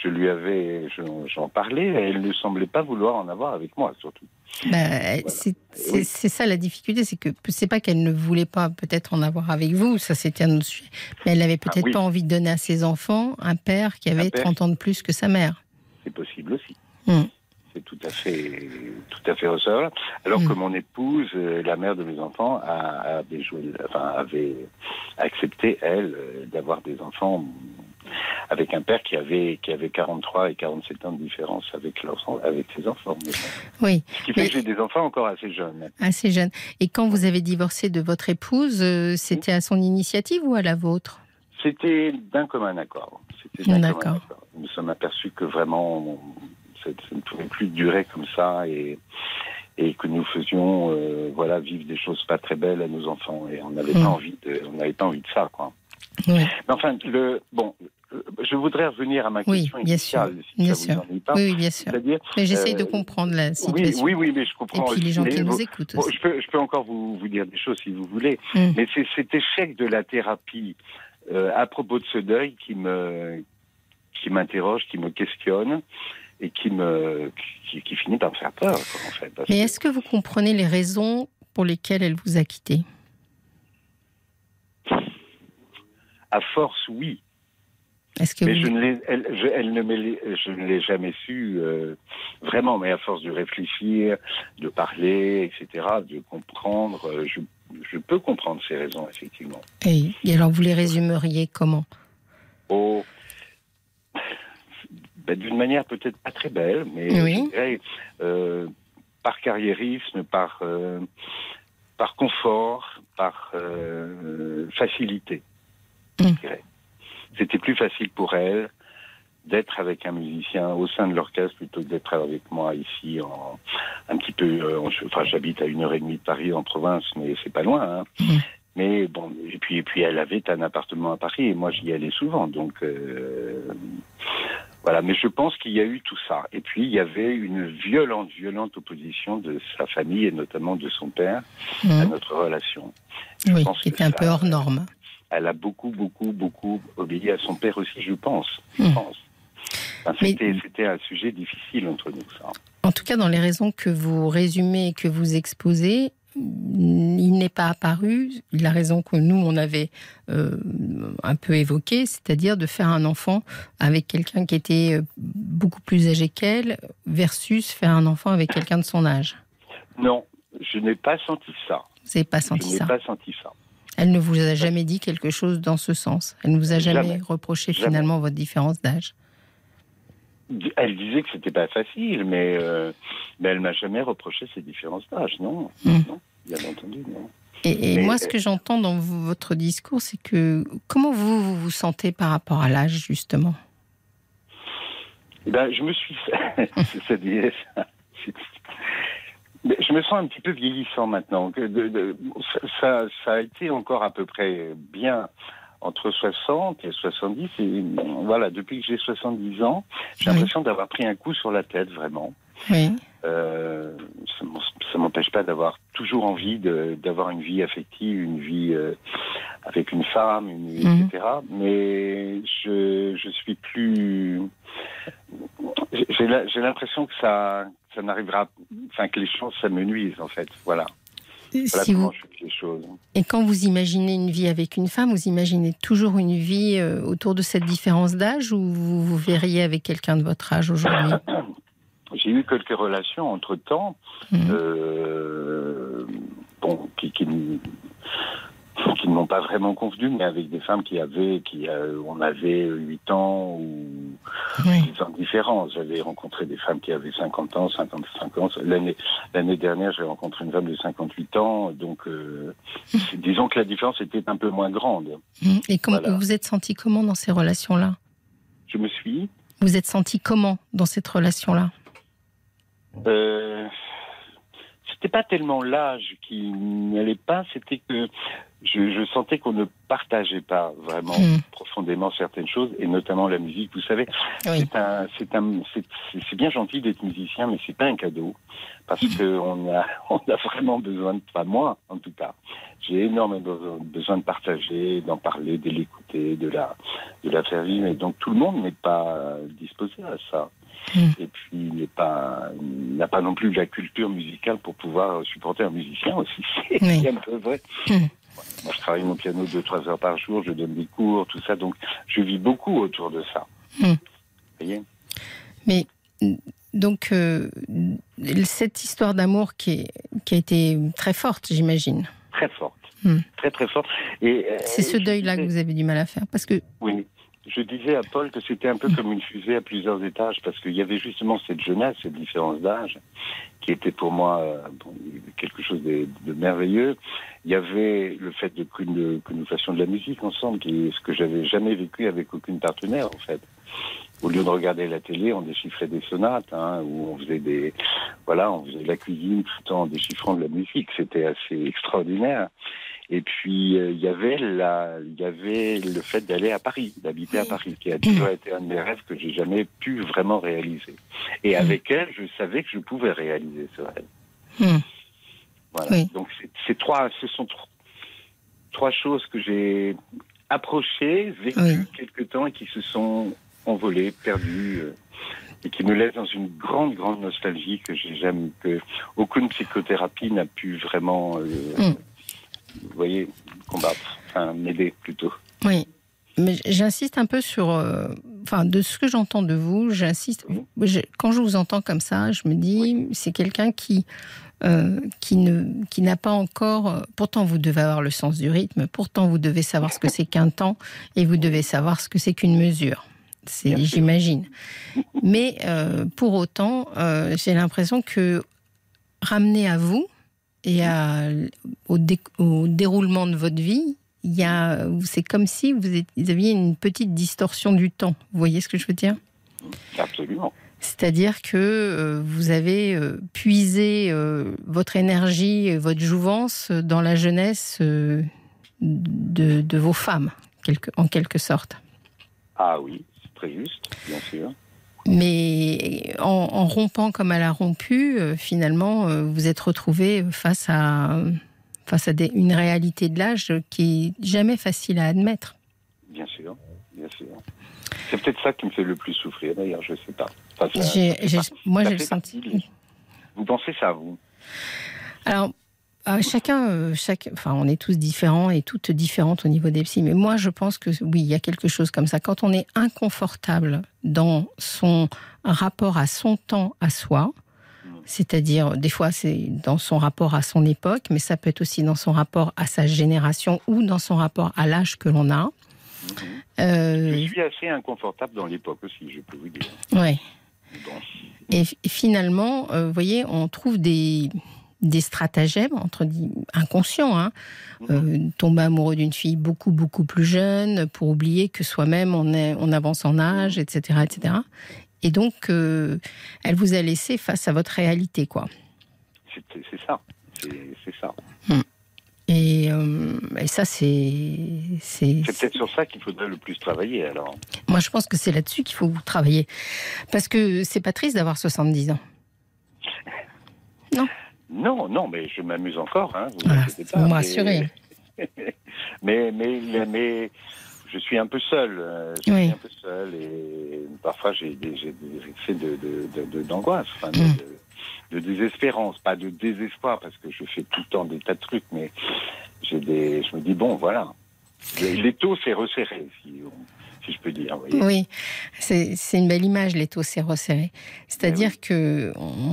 J'en parlais et elle ne semblait pas vouloir en avoir avec moi surtout. Voilà. C'est ça la difficulté, c'est que c'est pas qu'elle ne voulait pas peut-être en avoir avec vous, ça c'était un autre sujet, mais elle n'avait peut-être pas envie de donner à ses enfants un père qui avait 30 ans de plus que sa mère. C'est possible aussi. C'est tout à fait recevable. Alors que mon épouse, la mère de mes enfants, avait accepté, elle, d'avoir des enfants avec un père qui avait 43 et 47 ans de différence avec ses enfants. Oui. Ce qui fait que j'ai des enfants encore assez jeunes. Assez jeunes. Et quand vous avez divorcé de votre épouse, c'était à son initiative ou à la vôtre ? C'était d'un commun accord. D'accord. Nous nous sommes aperçus que vraiment... ça ne pouvait plus durer comme ça et que nous faisions vivre des choses pas très belles à nos enfants et on n'avait pas envie de ça, quoi. Oui. Mais enfin, je voudrais revenir à ma question initiale. Bien sûr. Oui, bien sûr. Mais j'essaye de comprendre la situation. Oui, mais je comprends. Et puis les gens qui nous écoutent aussi. Je peux encore vous dire des choses si vous voulez, mais c'est cet échec de la thérapie à propos de ce deuil qui m'interroge, qui me questionne. Et qui finit par me faire peur, en fait. Mais est-ce que vous comprenez les raisons pour lesquelles elle vous a quitté ? À force, oui. Est-ce que mais je ne l'ai jamais su vraiment, mais à force de réfléchir, de parler, etc., de comprendre, je peux comprendre ces raisons, effectivement. Et alors, vous les résumeriez comment ? D'une manière peut-être pas très belle, mais je dirais par carriérisme, par confort, par facilité. Je dirais. C'était plus facile pour elle d'être avec un musicien au sein de l'orchestre plutôt que d'être avec moi ici, un petit peu. J'habite à 1h30 de Paris en province, mais c'est pas loin. Hein. Mais bon, et puis elle avait un appartement à Paris et moi j'y allais souvent, donc voilà. Mais je pense qu'il y a eu tout ça. Et puis il y avait une violente opposition de sa famille et notamment de son père à notre relation. Oui, qui était un peu hors norme. Elle a beaucoup obéi à son père aussi, je pense. C'était un sujet difficile entre nous, ça. En tout cas, dans les raisons que vous résumez et que vous exposez, il n'est pas apparu la raison que nous, on avait un peu évoquée, c'est-à-dire de faire un enfant avec quelqu'un qui était beaucoup plus âgé qu'elle versus faire un enfant avec quelqu'un de son âge. Non, je n'ai pas senti ça. Vous n'avez pas senti ça ? Je n'ai pas senti ça. Elle ne vous a jamais dit quelque chose dans ce sens ? Elle ne vous a jamais reproché finalement votre différence d'âge ? Elle disait que c'était pas facile, mais elle m'a jamais reproché ces différences d'âge, non. Non, bien entendu, non. Et moi, ce que j'entends dans votre discours, c'est que comment vous vous sentez par rapport à l'âge, justement ? Je me suis... C'est-à-dire... Mais je me sens un petit peu vieillissant maintenant. Ça a été encore à peu près bien entre 60 et 70. Et voilà, depuis que j'ai 70 ans, j'ai l'impression d'avoir pris un coup sur la tête, vraiment. Oui. Ça m'empêche pas d'avoir toujours envie d'avoir une vie affective, une vie avec une femme, etc. Mais je suis plus... J'ai l'impression que ça n'arrivera... Enfin, que les choses, ça me nuise, en fait. Voilà. Voilà comment je fais les choses. Et quand vous imaginez une vie avec une femme, vous imaginez toujours une vie autour de cette différence d'âge, ou vous vous verriez avec quelqu'un de votre âge aujourd'hui? J'ai eu quelques relations entre-temps, qui ne m'ont pas vraiment convenu, mais avec des femmes on avait 8 ans ou 10 ans de différence. J'avais rencontré des femmes qui avaient 50 ans, 55 ans. L'année dernière, j'ai rencontré une femme de 58 ans, donc disons que la différence était un peu moins grande. Et vous vous êtes senti comment dans ces relations-là? Vous êtes senti comment dans cette relation-là? C'était pas tellement l'âge qui n'allait pas, c'était que je sentais qu'on ne partageait pas vraiment profondément certaines choses, et notamment la musique. Vous savez, c'est bien gentil d'être musicien, mais c'est pas un cadeau, parce que on a vraiment besoin, pas moi en tout cas, j'ai énormément besoin de partager, d'en parler, de l'écouter, de la faire vivre, et donc tout le monde n'est pas disposé à ça. Et puis n'a pas non plus de la culture musicale pour pouvoir supporter un musicien aussi. C'est un peu vrai. Moi, je travaille mon piano 2-3 heures par jour, je donne des cours, tout ça, donc je vis beaucoup autour de ça. Vous voyez ? Mais donc cette histoire d'amour qui a été très forte, j'imagine. Très forte, très très forte. C'est ce deuil-là que vous avez du mal à faire, parce que. Oui. Je disais à Paul que c'était un peu comme une fusée à plusieurs étages, parce qu'il y avait justement cette jeunesse, cette différence d'âge, qui était pour moi quelque chose de merveilleux. Il y avait le fait que nous fassions de la musique ensemble, qui est ce que j'avais jamais vécu avec aucune partenaire, en fait. Au lieu de regarder la télé, on déchiffrait des sonates, où on faisait on faisait de la cuisine tout en déchiffrant de la musique. C'était assez extraordinaire. Et puis il y avait le fait d'aller à Paris, d'habiter à Paris, qui a toujours été un de mes rêves que j'ai jamais pu vraiment réaliser. Et avec elle, je savais que je pouvais réaliser ce rêve. Voilà. Donc ce sont trois choses que j'ai approchées, vécues quelque temps, et qui se sont envolées, perdues, et qui me laissent dans une grande, grande nostalgie que aucune psychothérapie n'a pu vraiment vous voyez, combattre, m'aider plutôt. Oui, mais j'insiste un peu sur... de ce que j'entends de vous, j'insiste... Quand je vous entends comme ça, je me dis, c'est quelqu'un qui n'a pas encore... Pourtant, vous devez avoir le sens du rythme, pourtant, vous devez savoir ce que c'est qu'un temps, et vous devez savoir ce que c'est qu'une mesure. J'imagine. Mais pour autant, j'ai l'impression que ramener à vous, et au déroulement de votre vie, c'est comme si vous aviez une petite distorsion du temps. Vous voyez ce que je veux dire ? Absolument. C'est-à-dire que vous avez puisé votre énergie, votre jouvence dans la jeunesse de vos femmes, en quelque sorte. Ah oui, c'est très juste, bien sûr. Mais en rompant comme elle a rompu, finalement, vous êtes retrouvé face à une réalité de l'âge qui est jamais facile à admettre. Bien sûr, bien sûr. C'est peut-être ça qui me fait le plus souffrir, d'ailleurs, je ne sais pas. Moi, j'ai le senti. Vous pensez ça, vous ? Alors, on est tous différents et toutes différentes au niveau des psys. Mais moi, je pense que oui, il y a quelque chose comme ça. Quand on est inconfortable dans son rapport à son temps, à soi, c'est-à-dire, des fois, c'est dans son rapport à son époque, mais ça peut être aussi dans son rapport à sa génération ou dans son rapport à l'âge que l'on a. Je suis assez inconfortable dans l'époque aussi, je peux vous dire. Oui. Bon. Et finalement, vous voyez, on trouve des stratagèmes inconscients, tomber amoureux d'une fille beaucoup beaucoup plus jeune pour oublier que soi-même on avance en âge, etc., etc. Et donc elle vous a laissé face à votre réalité, quoi. c'est ça. C'est ça. Et ça, c'est peut-être sur ça qu'il faudrait le plus travailler, alors. Moi, je pense que c'est là-dessus qu'il faut travailler. Parce que c'est pas triste d'avoir 70 ans. Non. Non, mais je m'amuse encore, hein. Vous me rassurez. Mais je suis un peu seul. Et parfois j'ai des excès d'angoisse, de désespérance, pas de désespoir, parce que je fais tout le temps des tas de trucs, mais je me dis, bon, voilà. L'étau s'est resserré, si je peux dire. Oui, c'est une belle image, l'étau s'est resserré. C'est-à-dire que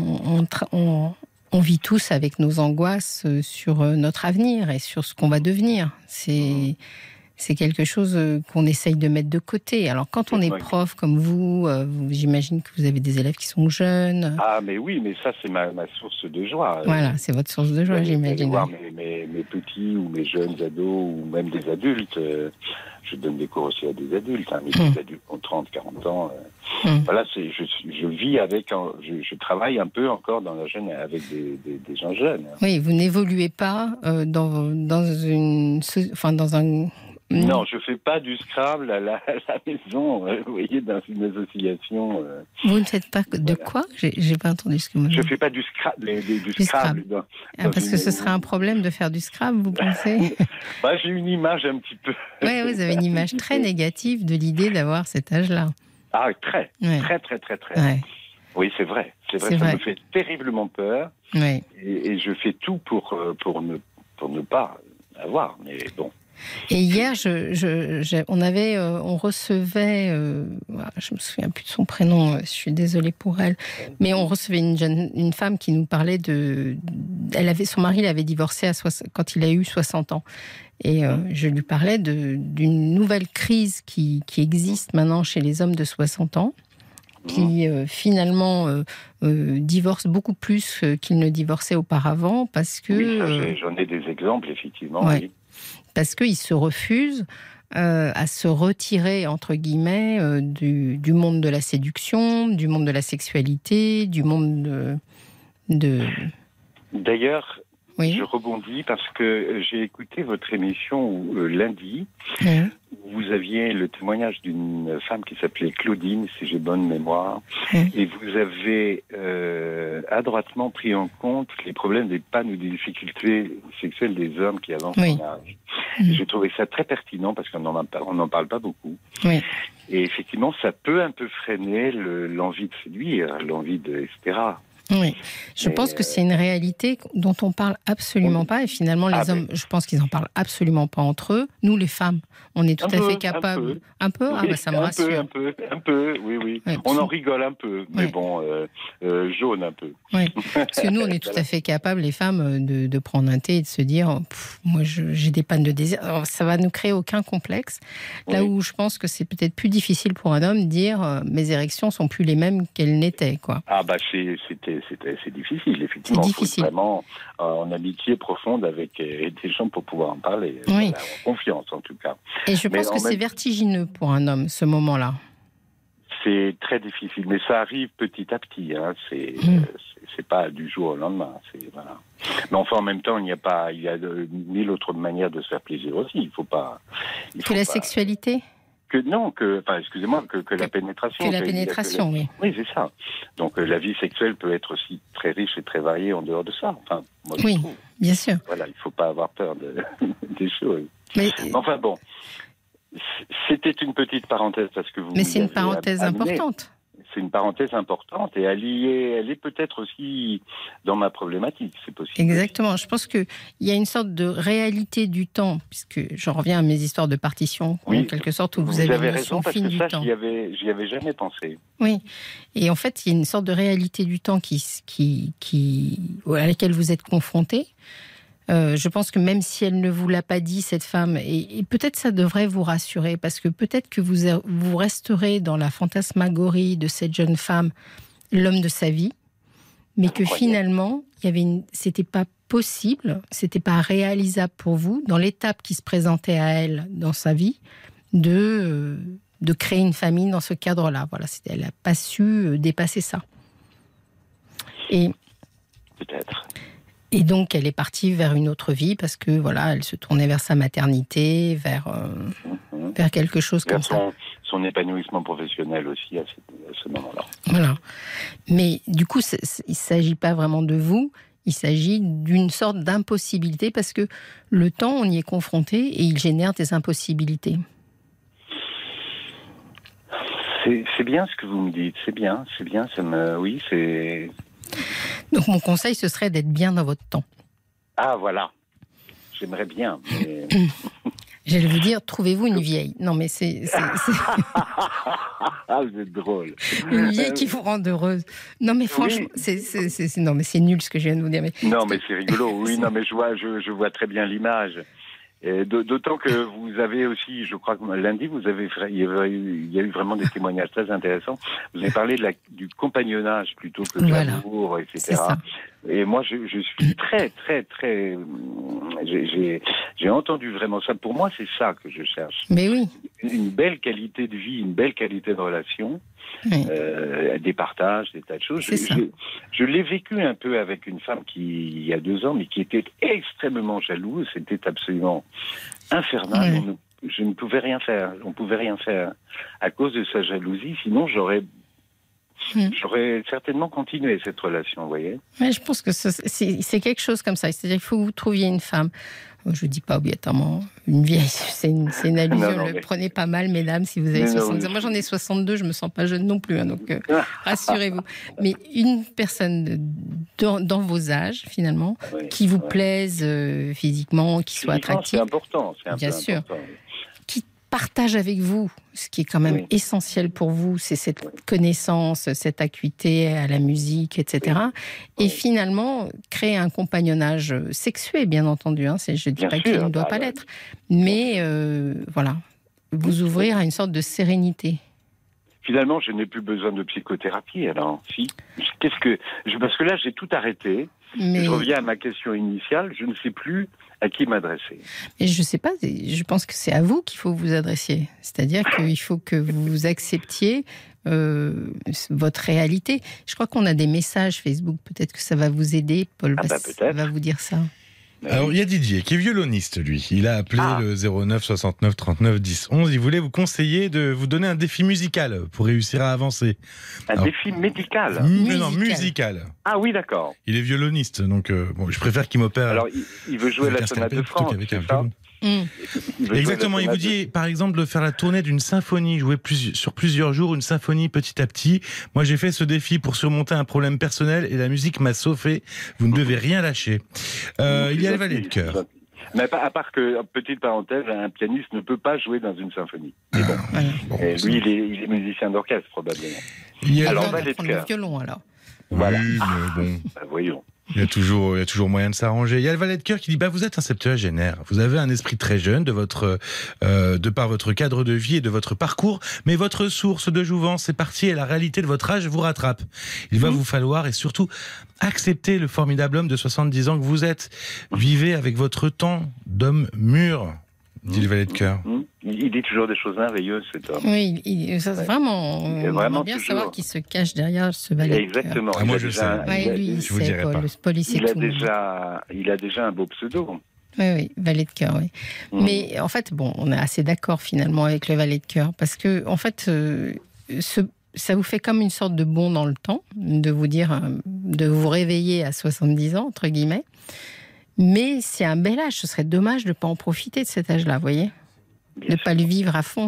on vit tous avec nos angoisses sur notre avenir et sur ce qu'on va devenir. C'est quelque chose qu'on essaye de mettre de côté. Alors, quand on est prof comme vous, j'imagine que vous avez des élèves qui sont jeunes. Ah, mais oui, mais ça, c'est ma source de joie. Voilà, c'est votre source de joie, j'imagine. Voir mes petits ou mes jeunes ados ou même des adultes. Je donne des cours aussi à des adultes, mais des adultes qui ont 30, 40 ans. Voilà, je vis avec, je travaille un peu encore dans la jeune, avec des gens jeunes. Oui, vous n'évoluez pas dans un... Non, je fais pas du Scrabble à la maison, vous voyez, dans une association. Vous ne faites pas de quoi ? J'ai pas entendu ce que vous dites. Je fais pas du Scrabble. Du Scrabble. Parce que ce serait un problème de faire du Scrabble, vous pensez ? J'ai une image un petit peu. Oui, vous avez une image très négative de l'idée d'avoir cet âge-là. Ah, très. Ouais. Oui, c'est vrai. Ça me fait terriblement peur. Ouais. Et je fais tout pour ne pas avoir. Mais bon. Et hier, on recevait, je me souviens plus de son prénom, je suis désolée pour elle, mais on recevait une femme qui nous parlait son mari l'avait divorcée quand il a eu 60 ans. Et je lui parlais d'une nouvelle crise qui existe maintenant chez les hommes de 60 ans, qui finalement divorcent beaucoup plus qu'ils ne divorçaient auparavant, parce que... Oui, j'en ai des exemples, effectivement, ouais. Oui. Parce qu'ils se refusent à se retirer, entre guillemets, du monde de la séduction, du monde de la sexualité, du monde de... D'ailleurs, oui. Je rebondis parce que j'ai écouté votre émission lundi. Oui. Où vous aviez le témoignage d'une femme qui s'appelait Claudine, si j'ai bonne mémoire. Oui. Et vous avez adroitement pris en compte les problèmes des pannes ou des difficultés sexuelles des hommes qui avancent oui. en âge. J'ai trouvé ça très pertinent parce qu'on n'en parle pas beaucoup. Oui. Et effectivement, ça peut un peu freiner l'envie de séduire, l'envie de... etc. Oui, je pense que c'est une réalité dont on parle absolument pas, et finalement les hommes, je pense qu'ils en parlent absolument pas entre eux. Nous, les femmes, on est tout à fait capables. Un peu. Oui, ça me rassure. Un peu, oui. Ouais, on en rigole un peu, mais bon, jaune un peu. Oui, parce que nous, on est tout à fait capables, les femmes, de prendre un thé et de se dire, moi, j'ai des pannes de désir. Alors, ça va nous créer aucun complexe. Là où je pense que c'est peut-être plus difficile pour un homme de dire, mes érections sont plus les mêmes qu'elles n'étaient, quoi. Ah bah c'est difficile, effectivement. C'est difficile. Il faut vraiment en amitié profonde avec des gens pour pouvoir en parler. Oui. Voilà, en confiance, en tout cas. Et je pense que c'est vertigineux pour un homme, ce moment-là. C'est très difficile, mais ça arrive petit à petit. Hein. C'est pas du jour au lendemain. Voilà. Mais enfin, en même temps, il y a 1000 autres manières de se faire plaisir aussi. Il faut pas. Sexualité. Excusez-moi, que la pénétration. Que la pénétration, oui. Oui, c'est ça. Donc la vie sexuelle peut être aussi très riche et très variée en dehors de ça. Enfin, moi, oui, bien sûr. Voilà, il ne faut pas avoir peur des choses. Mais enfin bon, c'était une petite parenthèse parce que vous. Mais c'est une parenthèse importante. C'est une parenthèse importante et elle est peut-être aussi dans ma problématique, c'est possible. Exactement. Je pense qu'il y a une sorte de réalité du temps, puisque j'en reviens à mes histoires de partition, en quelque sorte, où vous avez une notion fine du temps. J'y avais jamais pensé. Oui. Et en fait, il y a une sorte de réalité du temps à laquelle vous êtes confrontés. Je pense que même si elle ne vous l'a pas dit, cette femme, et peut-être ça devrait vous rassurer, parce que peut-être que vous resterez dans la fantasmagorie de cette jeune femme, l'homme de sa vie, mais que finalement, c'était pas possible, c'était pas réalisable pour vous, dans l'étape qui se présentait à elle dans sa vie, de créer une famille dans ce cadre-là. Voilà, elle n'a pas su dépasser ça. Et peut-être. Et donc, elle est partie vers une autre vie parce que, voilà, elle se tournait vers sa maternité, vers quelque chose comme ça. Son épanouissement professionnel aussi à ce moment-là. Voilà. Mais du coup, il ne s'agit pas vraiment de vous, il s'agit d'une sorte d'impossibilité parce que le temps, on y est confronté et il génère des impossibilités. C'est bien ce que vous me dites, c'est bien, oui, c'est... Donc mon conseil, ce serait d'être bien dans votre temps. Ah, voilà. J'aimerais bien, mais... J'allais vous dire, trouvez-vous une vieille. Non, mais c'est... Ah, vous êtes drôle. Une vieille qui vous rende heureuse. Non, mais franchement, non, mais c'est nul ce que je viens de vous dire. Mais... Non, mais c'est rigolo. Oui, non, mais je vois très bien l'image. Et d'autant que vous avez aussi, je crois que lundi, il y a eu vraiment des témoignages très intéressants. Vous avez parlé du compagnonnage plutôt que de l'amour, etc. C'est ça. Et moi, je suis très, très, très... J'ai entendu vraiment ça. Pour moi, c'est ça que je cherche. Mais oui. Une belle qualité de vie, une belle qualité de relation, oui. Des partages, des tas de choses. Je l'ai vécu un peu avec une femme il y a 2 ans, mais qui était extrêmement jalouse. C'était absolument infernal. Oui. Je ne pouvais rien faire. On ne pouvait rien faire à cause de sa jalousie. Sinon, j'aurais certainement continué cette relation, vous voyez. Ouais, je pense que c'est quelque chose comme ça. C'est-à-dire qu'il faut que vous trouviez une femme. Je ne dis pas obligatoirement une vieille, c'est une allusion. Ne le prenez pas mal, mesdames, si vous avez 60 ans. Moi, j'en ai 62, je ne me sens pas jeune non plus, hein, donc rassurez-vous. Mais une personne dans vos âges, finalement, qui vous plaise physiquement, qui soit attractive. C'est important, bien sûr. Qui partage avec vous ce qui est quand même essentiel pour vous, c'est cette connaissance, cette acuité à la musique, etc. Et finalement, créer un compagnonnage sexué, bien entendu. Hein, je ne dis pas qu'il ne doit pas l'être. Mais voilà, vous ouvrir à une sorte de sérénité. Finalement, je n'ai plus besoin de psychothérapie, alors, si. Parce que là, j'ai tout arrêté. Mais... Je reviens à ma question initiale, je ne sais plus à qui m'adresser. Et je ne sais pas, je pense que c'est à vous qu'il faut vous adresser. C'est-à-dire qu'il faut que vous acceptiez votre réalité. Je crois qu'on a des messages Facebook, peut-être que ça va vous aider, Paul va vous dire ça. Alors, il y a Didier, qui est violoniste, lui. Il a appelé le 09 69 39 10 11. Il voulait vous conseiller de vous donner un défi musical pour réussir à avancer. Défi médical Non, musical. Ah oui, d'accord. Il est violoniste, donc je préfère qu'il m'opère. Alors, il veut jouer la sonate de France, c'est ça ? Exactement, il vous dit par exemple de faire la tournée d'une symphonie, jouer sur plusieurs jours une symphonie petit à petit. Moi j'ai fait ce défi pour surmonter un problème personnel et la musique m'a sauvé. Vous ne devez rien lâcher. Il y a le valet de cœur. Mais à part que, petite parenthèse, un pianiste ne peut pas jouer dans une symphonie. Et lui il est musicien d'orchestre probablement. Alors valet de cœur. Le violon alors. Voilà. Oui, mais bon. Voyons. Il y a toujours moyen de s'arranger. Il y a le valet de cœur qui dit vous êtes un septuagénaire. Vous avez un esprit très jeune de par votre cadre de vie et de votre parcours, mais votre source de jouvence est partie et la réalité de votre âge vous rattrape. Il va vous falloir et surtout accepter le formidable homme de 70 ans que vous êtes. Vivez avec votre temps d'homme mûr, dit le valet de cœur. Il dit toujours des choses merveilleuses, cet homme. Oui, vraiment, on aimerait bien savoir qui se cache derrière ce valet de cœur. Exactement. Moi, je sais. Lui, je vous dirai pas. Paul, il a déjà un beau pseudo. Oui, valet de cœur, oui. Mais en fait, on est assez d'accord finalement avec le valet de cœur, parce que en fait, ça vous fait comme une sorte de bond dans le temps, de vous dire, de vous réveiller à 70 ans, entre guillemets. Mais c'est un bel âge, ce serait dommage de ne pas en profiter de cet âge-là, vous voyez ? De ne pas le vivre à fond.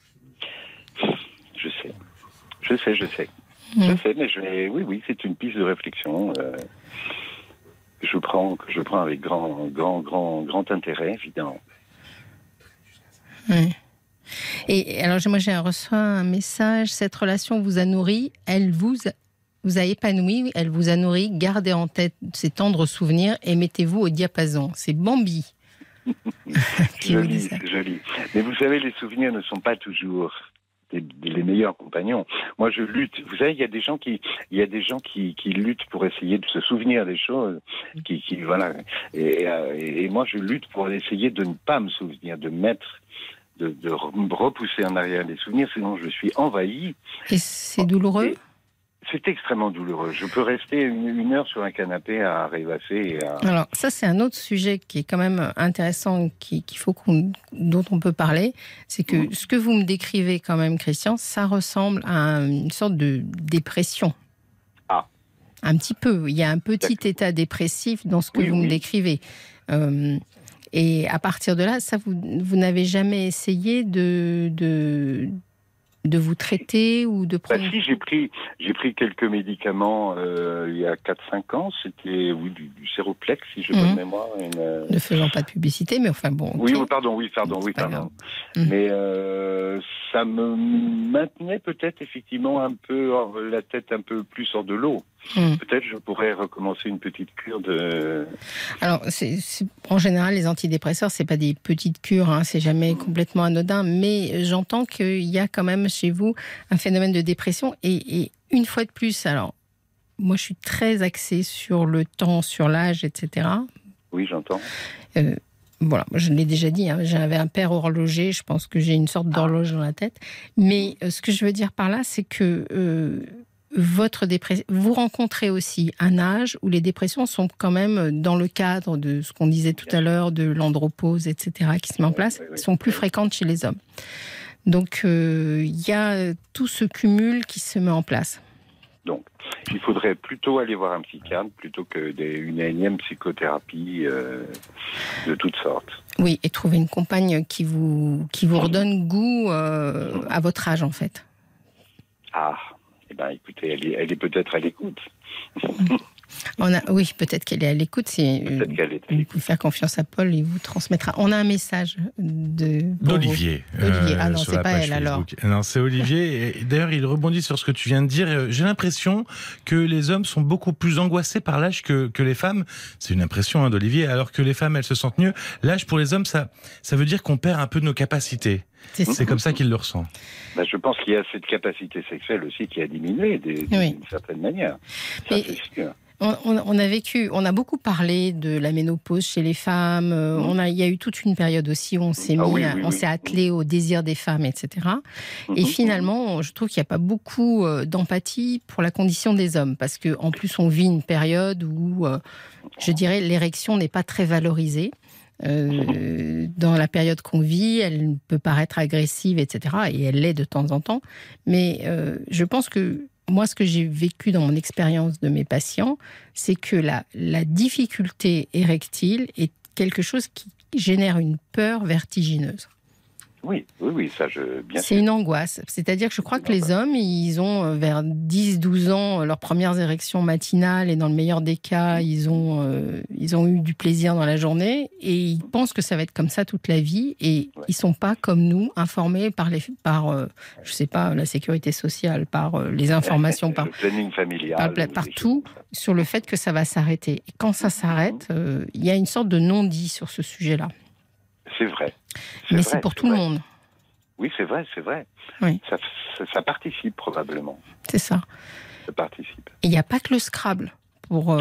Je sais. Je sais, mais oui, c'est une piste de réflexion que je prends avec grand intérêt, évidemment. Oui. Et alors, moi, j'ai reçu un message, cette relation vous a nourri, elle vous a épanoui, elle vous a nourri, gardez en tête ces tendres souvenirs et mettez-vous au diapason. C'est Bambi. Joli. Mais vous savez, les souvenirs ne sont pas toujours les meilleurs compagnons. Moi, je lutte. Vous savez, il y a des gens qui luttent pour essayer de se souvenir des choses, voilà. Et moi, je lutte pour essayer de ne pas me souvenir, de repousser en arrière les souvenirs, sinon je suis envahi. Et c'est douloureux ? C'est extrêmement douloureux. Je peux rester une heure sur un canapé à rêvasser. Alors ça, c'est un autre sujet qui est quand même intéressant, dont on peut parler. C'est que ce que vous me décrivez quand même, Christian, ça ressemble à une sorte de dépression. Ah. Un petit peu. Il y a un petit état dépressif dans ce que vous me décrivez. Et à partir de là, ça, vous n'avez jamais essayé de vous traiter ou de prendre... Si, j'ai pris quelques médicaments il y a 4-5 ans. C'était du Séroplex, si j'ai bonne mémoire. Ne faisons pas de publicité, mais enfin bon... Okay. Oui, pardon. Mais ça me maintenait peut-être effectivement un peu la tête un peu plus hors de l'eau. Peut-être je pourrais recommencer une petite cure de... Alors, en général, les antidépresseurs, c'est pas des petites cures, hein, c'est jamais complètement anodin, mais j'entends qu'il y a quand même chez vous un phénomène de dépression. Et une fois de plus, alors, moi je suis très axée sur le temps, sur l'âge, etc. Oui, j'entends. Voilà, je l'ai déjà dit, hein, j'avais un père horloger, je pense que j'ai une sorte d'horloge dans la tête. Mais ce que je veux dire par là, c'est que... votre dépression, vous rencontrez aussi un âge où les dépressions sont quand même dans le cadre de ce qu'on disait tout à l'heure, de l'andropause, etc., qui se met en place, sont plus fréquentes chez les hommes. Donc, il y a tout ce cumul qui se met en place. Donc, il faudrait plutôt aller voir un psychiatre plutôt qu'une énième psychothérapie de toutes sortes. Oui, et trouver une compagne qui vous redonne goût à votre âge, en fait. Ah, eh bien, écoutez, elle est peut-être à l'écoute. Oui, peut-être qu'elle est à l'écoute. Vous pouvez faire confiance à Paul, il vous transmettra. On a un message d'Olivier. Ah non, c'est pas elle alors. Non, c'est Olivier. Et d'ailleurs, il rebondit sur ce que tu viens de dire. J'ai l'impression que les hommes sont beaucoup plus angoissés par l'âge que les femmes. C'est une impression d'Olivier. Alors que les femmes, elles se sentent mieux. L'âge pour les hommes, ça veut dire qu'on perd un peu de nos capacités. C'est comme ça qu'il le ressent. Je pense qu'il y a cette capacité sexuelle aussi qui a diminué d'une certaine manière. Ça, c'est sûr. On a beaucoup parlé de la ménopause chez les femmes. Il y a eu toute une période aussi où on s'est attelé au désir des femmes, etc. Et finalement, je trouve qu'il n'y a pas beaucoup d'empathie pour la condition des hommes, parce que en plus, on vit une période où, je dirais, l'érection n'est pas très valorisée. Dans la période qu'on vit, elle peut paraître agressive, etc. Et elle l'est de temps en temps. Mais je pense que moi, ce que j'ai vécu dans mon expérience de mes patients, c'est que la difficulté érectile est quelque chose qui génère une peur vertigineuse. Oui, ça, bien sûr. C'est une angoisse. C'est-à-dire que je crois que les hommes, ils ont vers 10-12 ans leurs premières érections matinales, et dans le meilleur des cas, ils ont eu du plaisir dans la journée, et ils pensent que ça va être comme ça toute la vie, et ils sont pas comme nous, informés par je sais pas, la sécurité sociale, par les informations, par le planning familial, partout, sur le fait que ça va s'arrêter. Et quand ça s'arrête, il y a une sorte de non-dit sur ce sujet-là. C'est vrai. Mais c'est pour tout le monde. Oui, c'est vrai. Oui. Ça participe probablement. C'est ça. Ça participe. Et il n'y a pas que le Scrabble pour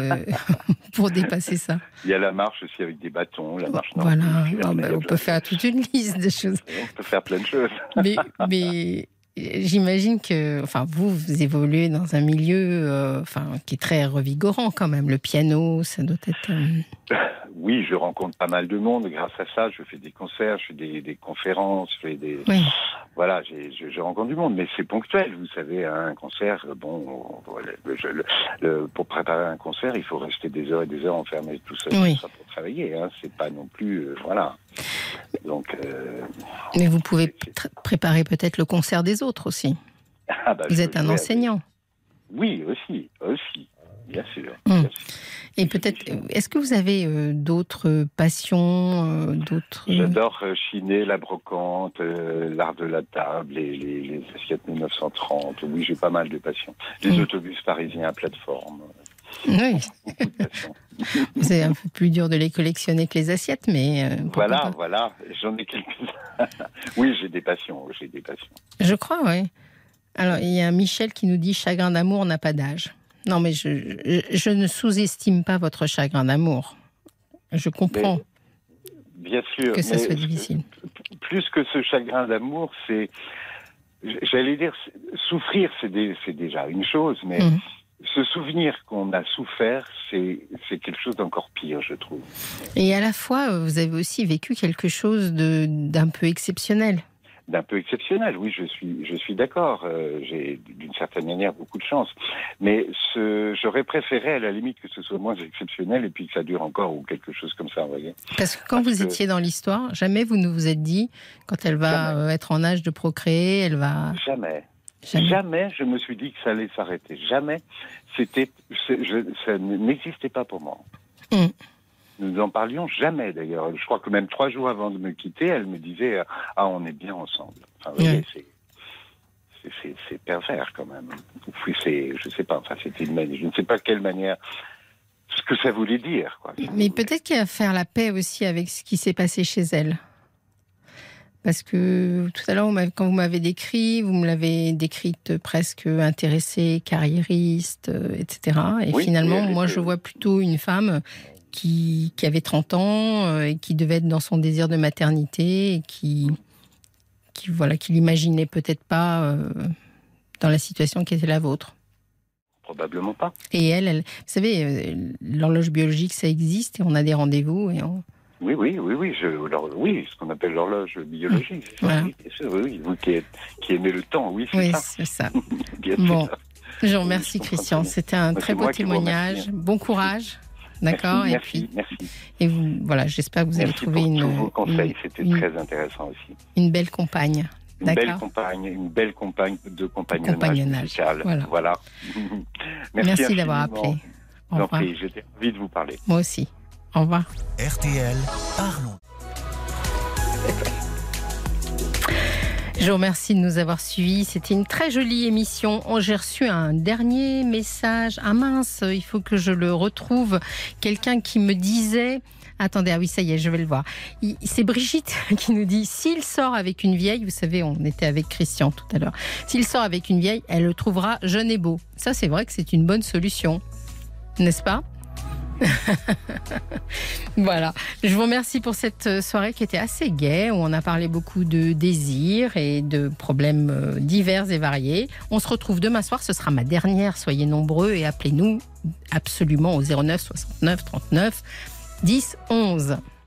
dépasser ça. Il y a la marche aussi avec des bâtons, la marche nordique. Voilà, on peut faire toute une liste de choses. On peut faire plein de choses. Mais j'imagine que, vous évoluez dans un milieu, qui est très revigorant quand même. Le piano, ça doit être. Oui, je rencontre pas mal de monde grâce à ça. Je fais des concerts, je fais des conférences, je fais des. Oui. Voilà, je rencontre du monde, mais c'est ponctuel. Vous savez, un concert, pour préparer un concert, il faut rester des heures et des heures enfermé tout seul pour travailler. Hein. C'est pas non plus, voilà. Donc. Mais vous pouvez préparer peut-être le concert des autres aussi. Vous êtes un enseignant. Oui, aussi, bien sûr. Et peut-être, est-ce que vous avez d'autres passions, J'adore chiner, la brocante, l'art de la table, les assiettes 1930. Oui, j'ai pas mal de passions. Les autobus parisiens à plateforme. Oui. C'est un peu plus dur de les collectionner que les assiettes, mais... Voilà, j'en ai quelques-uns. Oui, j'ai des passions. Je crois, oui. Alors, il y a Michel qui nous dit « Chagrin d'amour n'a pas d'âge ». Non, mais je ne sous-estime pas votre chagrin d'amour. Je comprends mais, bien sûr, que ça soit difficile. Plus que ce chagrin d'amour, c'est j'allais dire, souffrir, c'est déjà une chose, mais se souvenir qu'on a souffert, c'est quelque chose d'encore pire, je trouve. Et à la fois, vous avez aussi vécu quelque chose d'un peu exceptionnel. D'un peu exceptionnel, oui, je suis d'accord. J'ai d'une certaine manière beaucoup de chance, mais j'aurais préféré à la limite que ce soit moins exceptionnel et puis que ça dure encore ou quelque chose comme ça, vous voyez. Parce que quand vous étiez dans l'histoire, jamais vous ne vous êtes dit quand elle va être en âge de procréer, elle va. Jamais je me suis dit que ça allait s'arrêter. Jamais. Ça n'existait pas pour moi. Nous n'en parlions jamais, d'ailleurs. Je crois que même 3 jours avant de me quitter, elle me disait « Ah, on est bien ensemble ». Enfin, vous voyez, c'est pervers, quand même. Je sais pas, enfin, je ne sais pas de quelle manière, ce que ça voulait dire, quoi. Mais peut-être qu'il va faire la paix aussi avec ce qui s'est passé chez elle. Parce que tout à l'heure, quand vous m'avez décrit, vous me l'avez décrite presque intéressée, carriériste, etc. Et finalement, moi, je vois plutôt une femme qui avait 30 ans et qui devait être dans son désir de maternité et qui l'imaginait peut-être pas dans la situation qui était la vôtre. Probablement pas. Et elle, vous savez, l'horloge biologique, ça existe et on a des rendez-vous et on... Oui, ce qu'on appelle l'horloge biologique. Voilà. Oui, bien sûr, oui, vous qui aimez le temps, oui, c'est ça. Oui, c'est ça. Bon, je vous remercie, Christian. C'était un très beau témoignage. Bon courage. D'accord. Merci. Et vous, voilà, j'espère que vous allez trouver tous vos conseils, c'était très intéressant aussi. Une belle compagne. Une belle compagne de compagnonnage musical. Voilà. Merci d'avoir appelé. J'étais ravi de vous parler. Moi aussi. Au revoir. RTL, parlons. Je vous remercie de nous avoir suivis. C'était une très jolie émission. J'ai reçu un dernier message. Ah mince, il faut que je le retrouve. Quelqu'un qui me disait... Attendez, ah oui, ça y est, je vais le voir. C'est Brigitte qui nous dit, s'il sort avec une vieille, vous savez, on était avec Christian tout à l'heure, s'il sort avec une vieille, elle le trouvera jeune et beau. Ça, c'est vrai que c'est une bonne solution. N'est-ce pas ? Voilà, je vous remercie pour cette soirée qui était assez gaie, où on a parlé beaucoup de désirs et de problèmes divers et variés. On se retrouve demain soir, ce sera ma dernière, soyez nombreux et appelez-nous absolument au 09 69 39 10 11.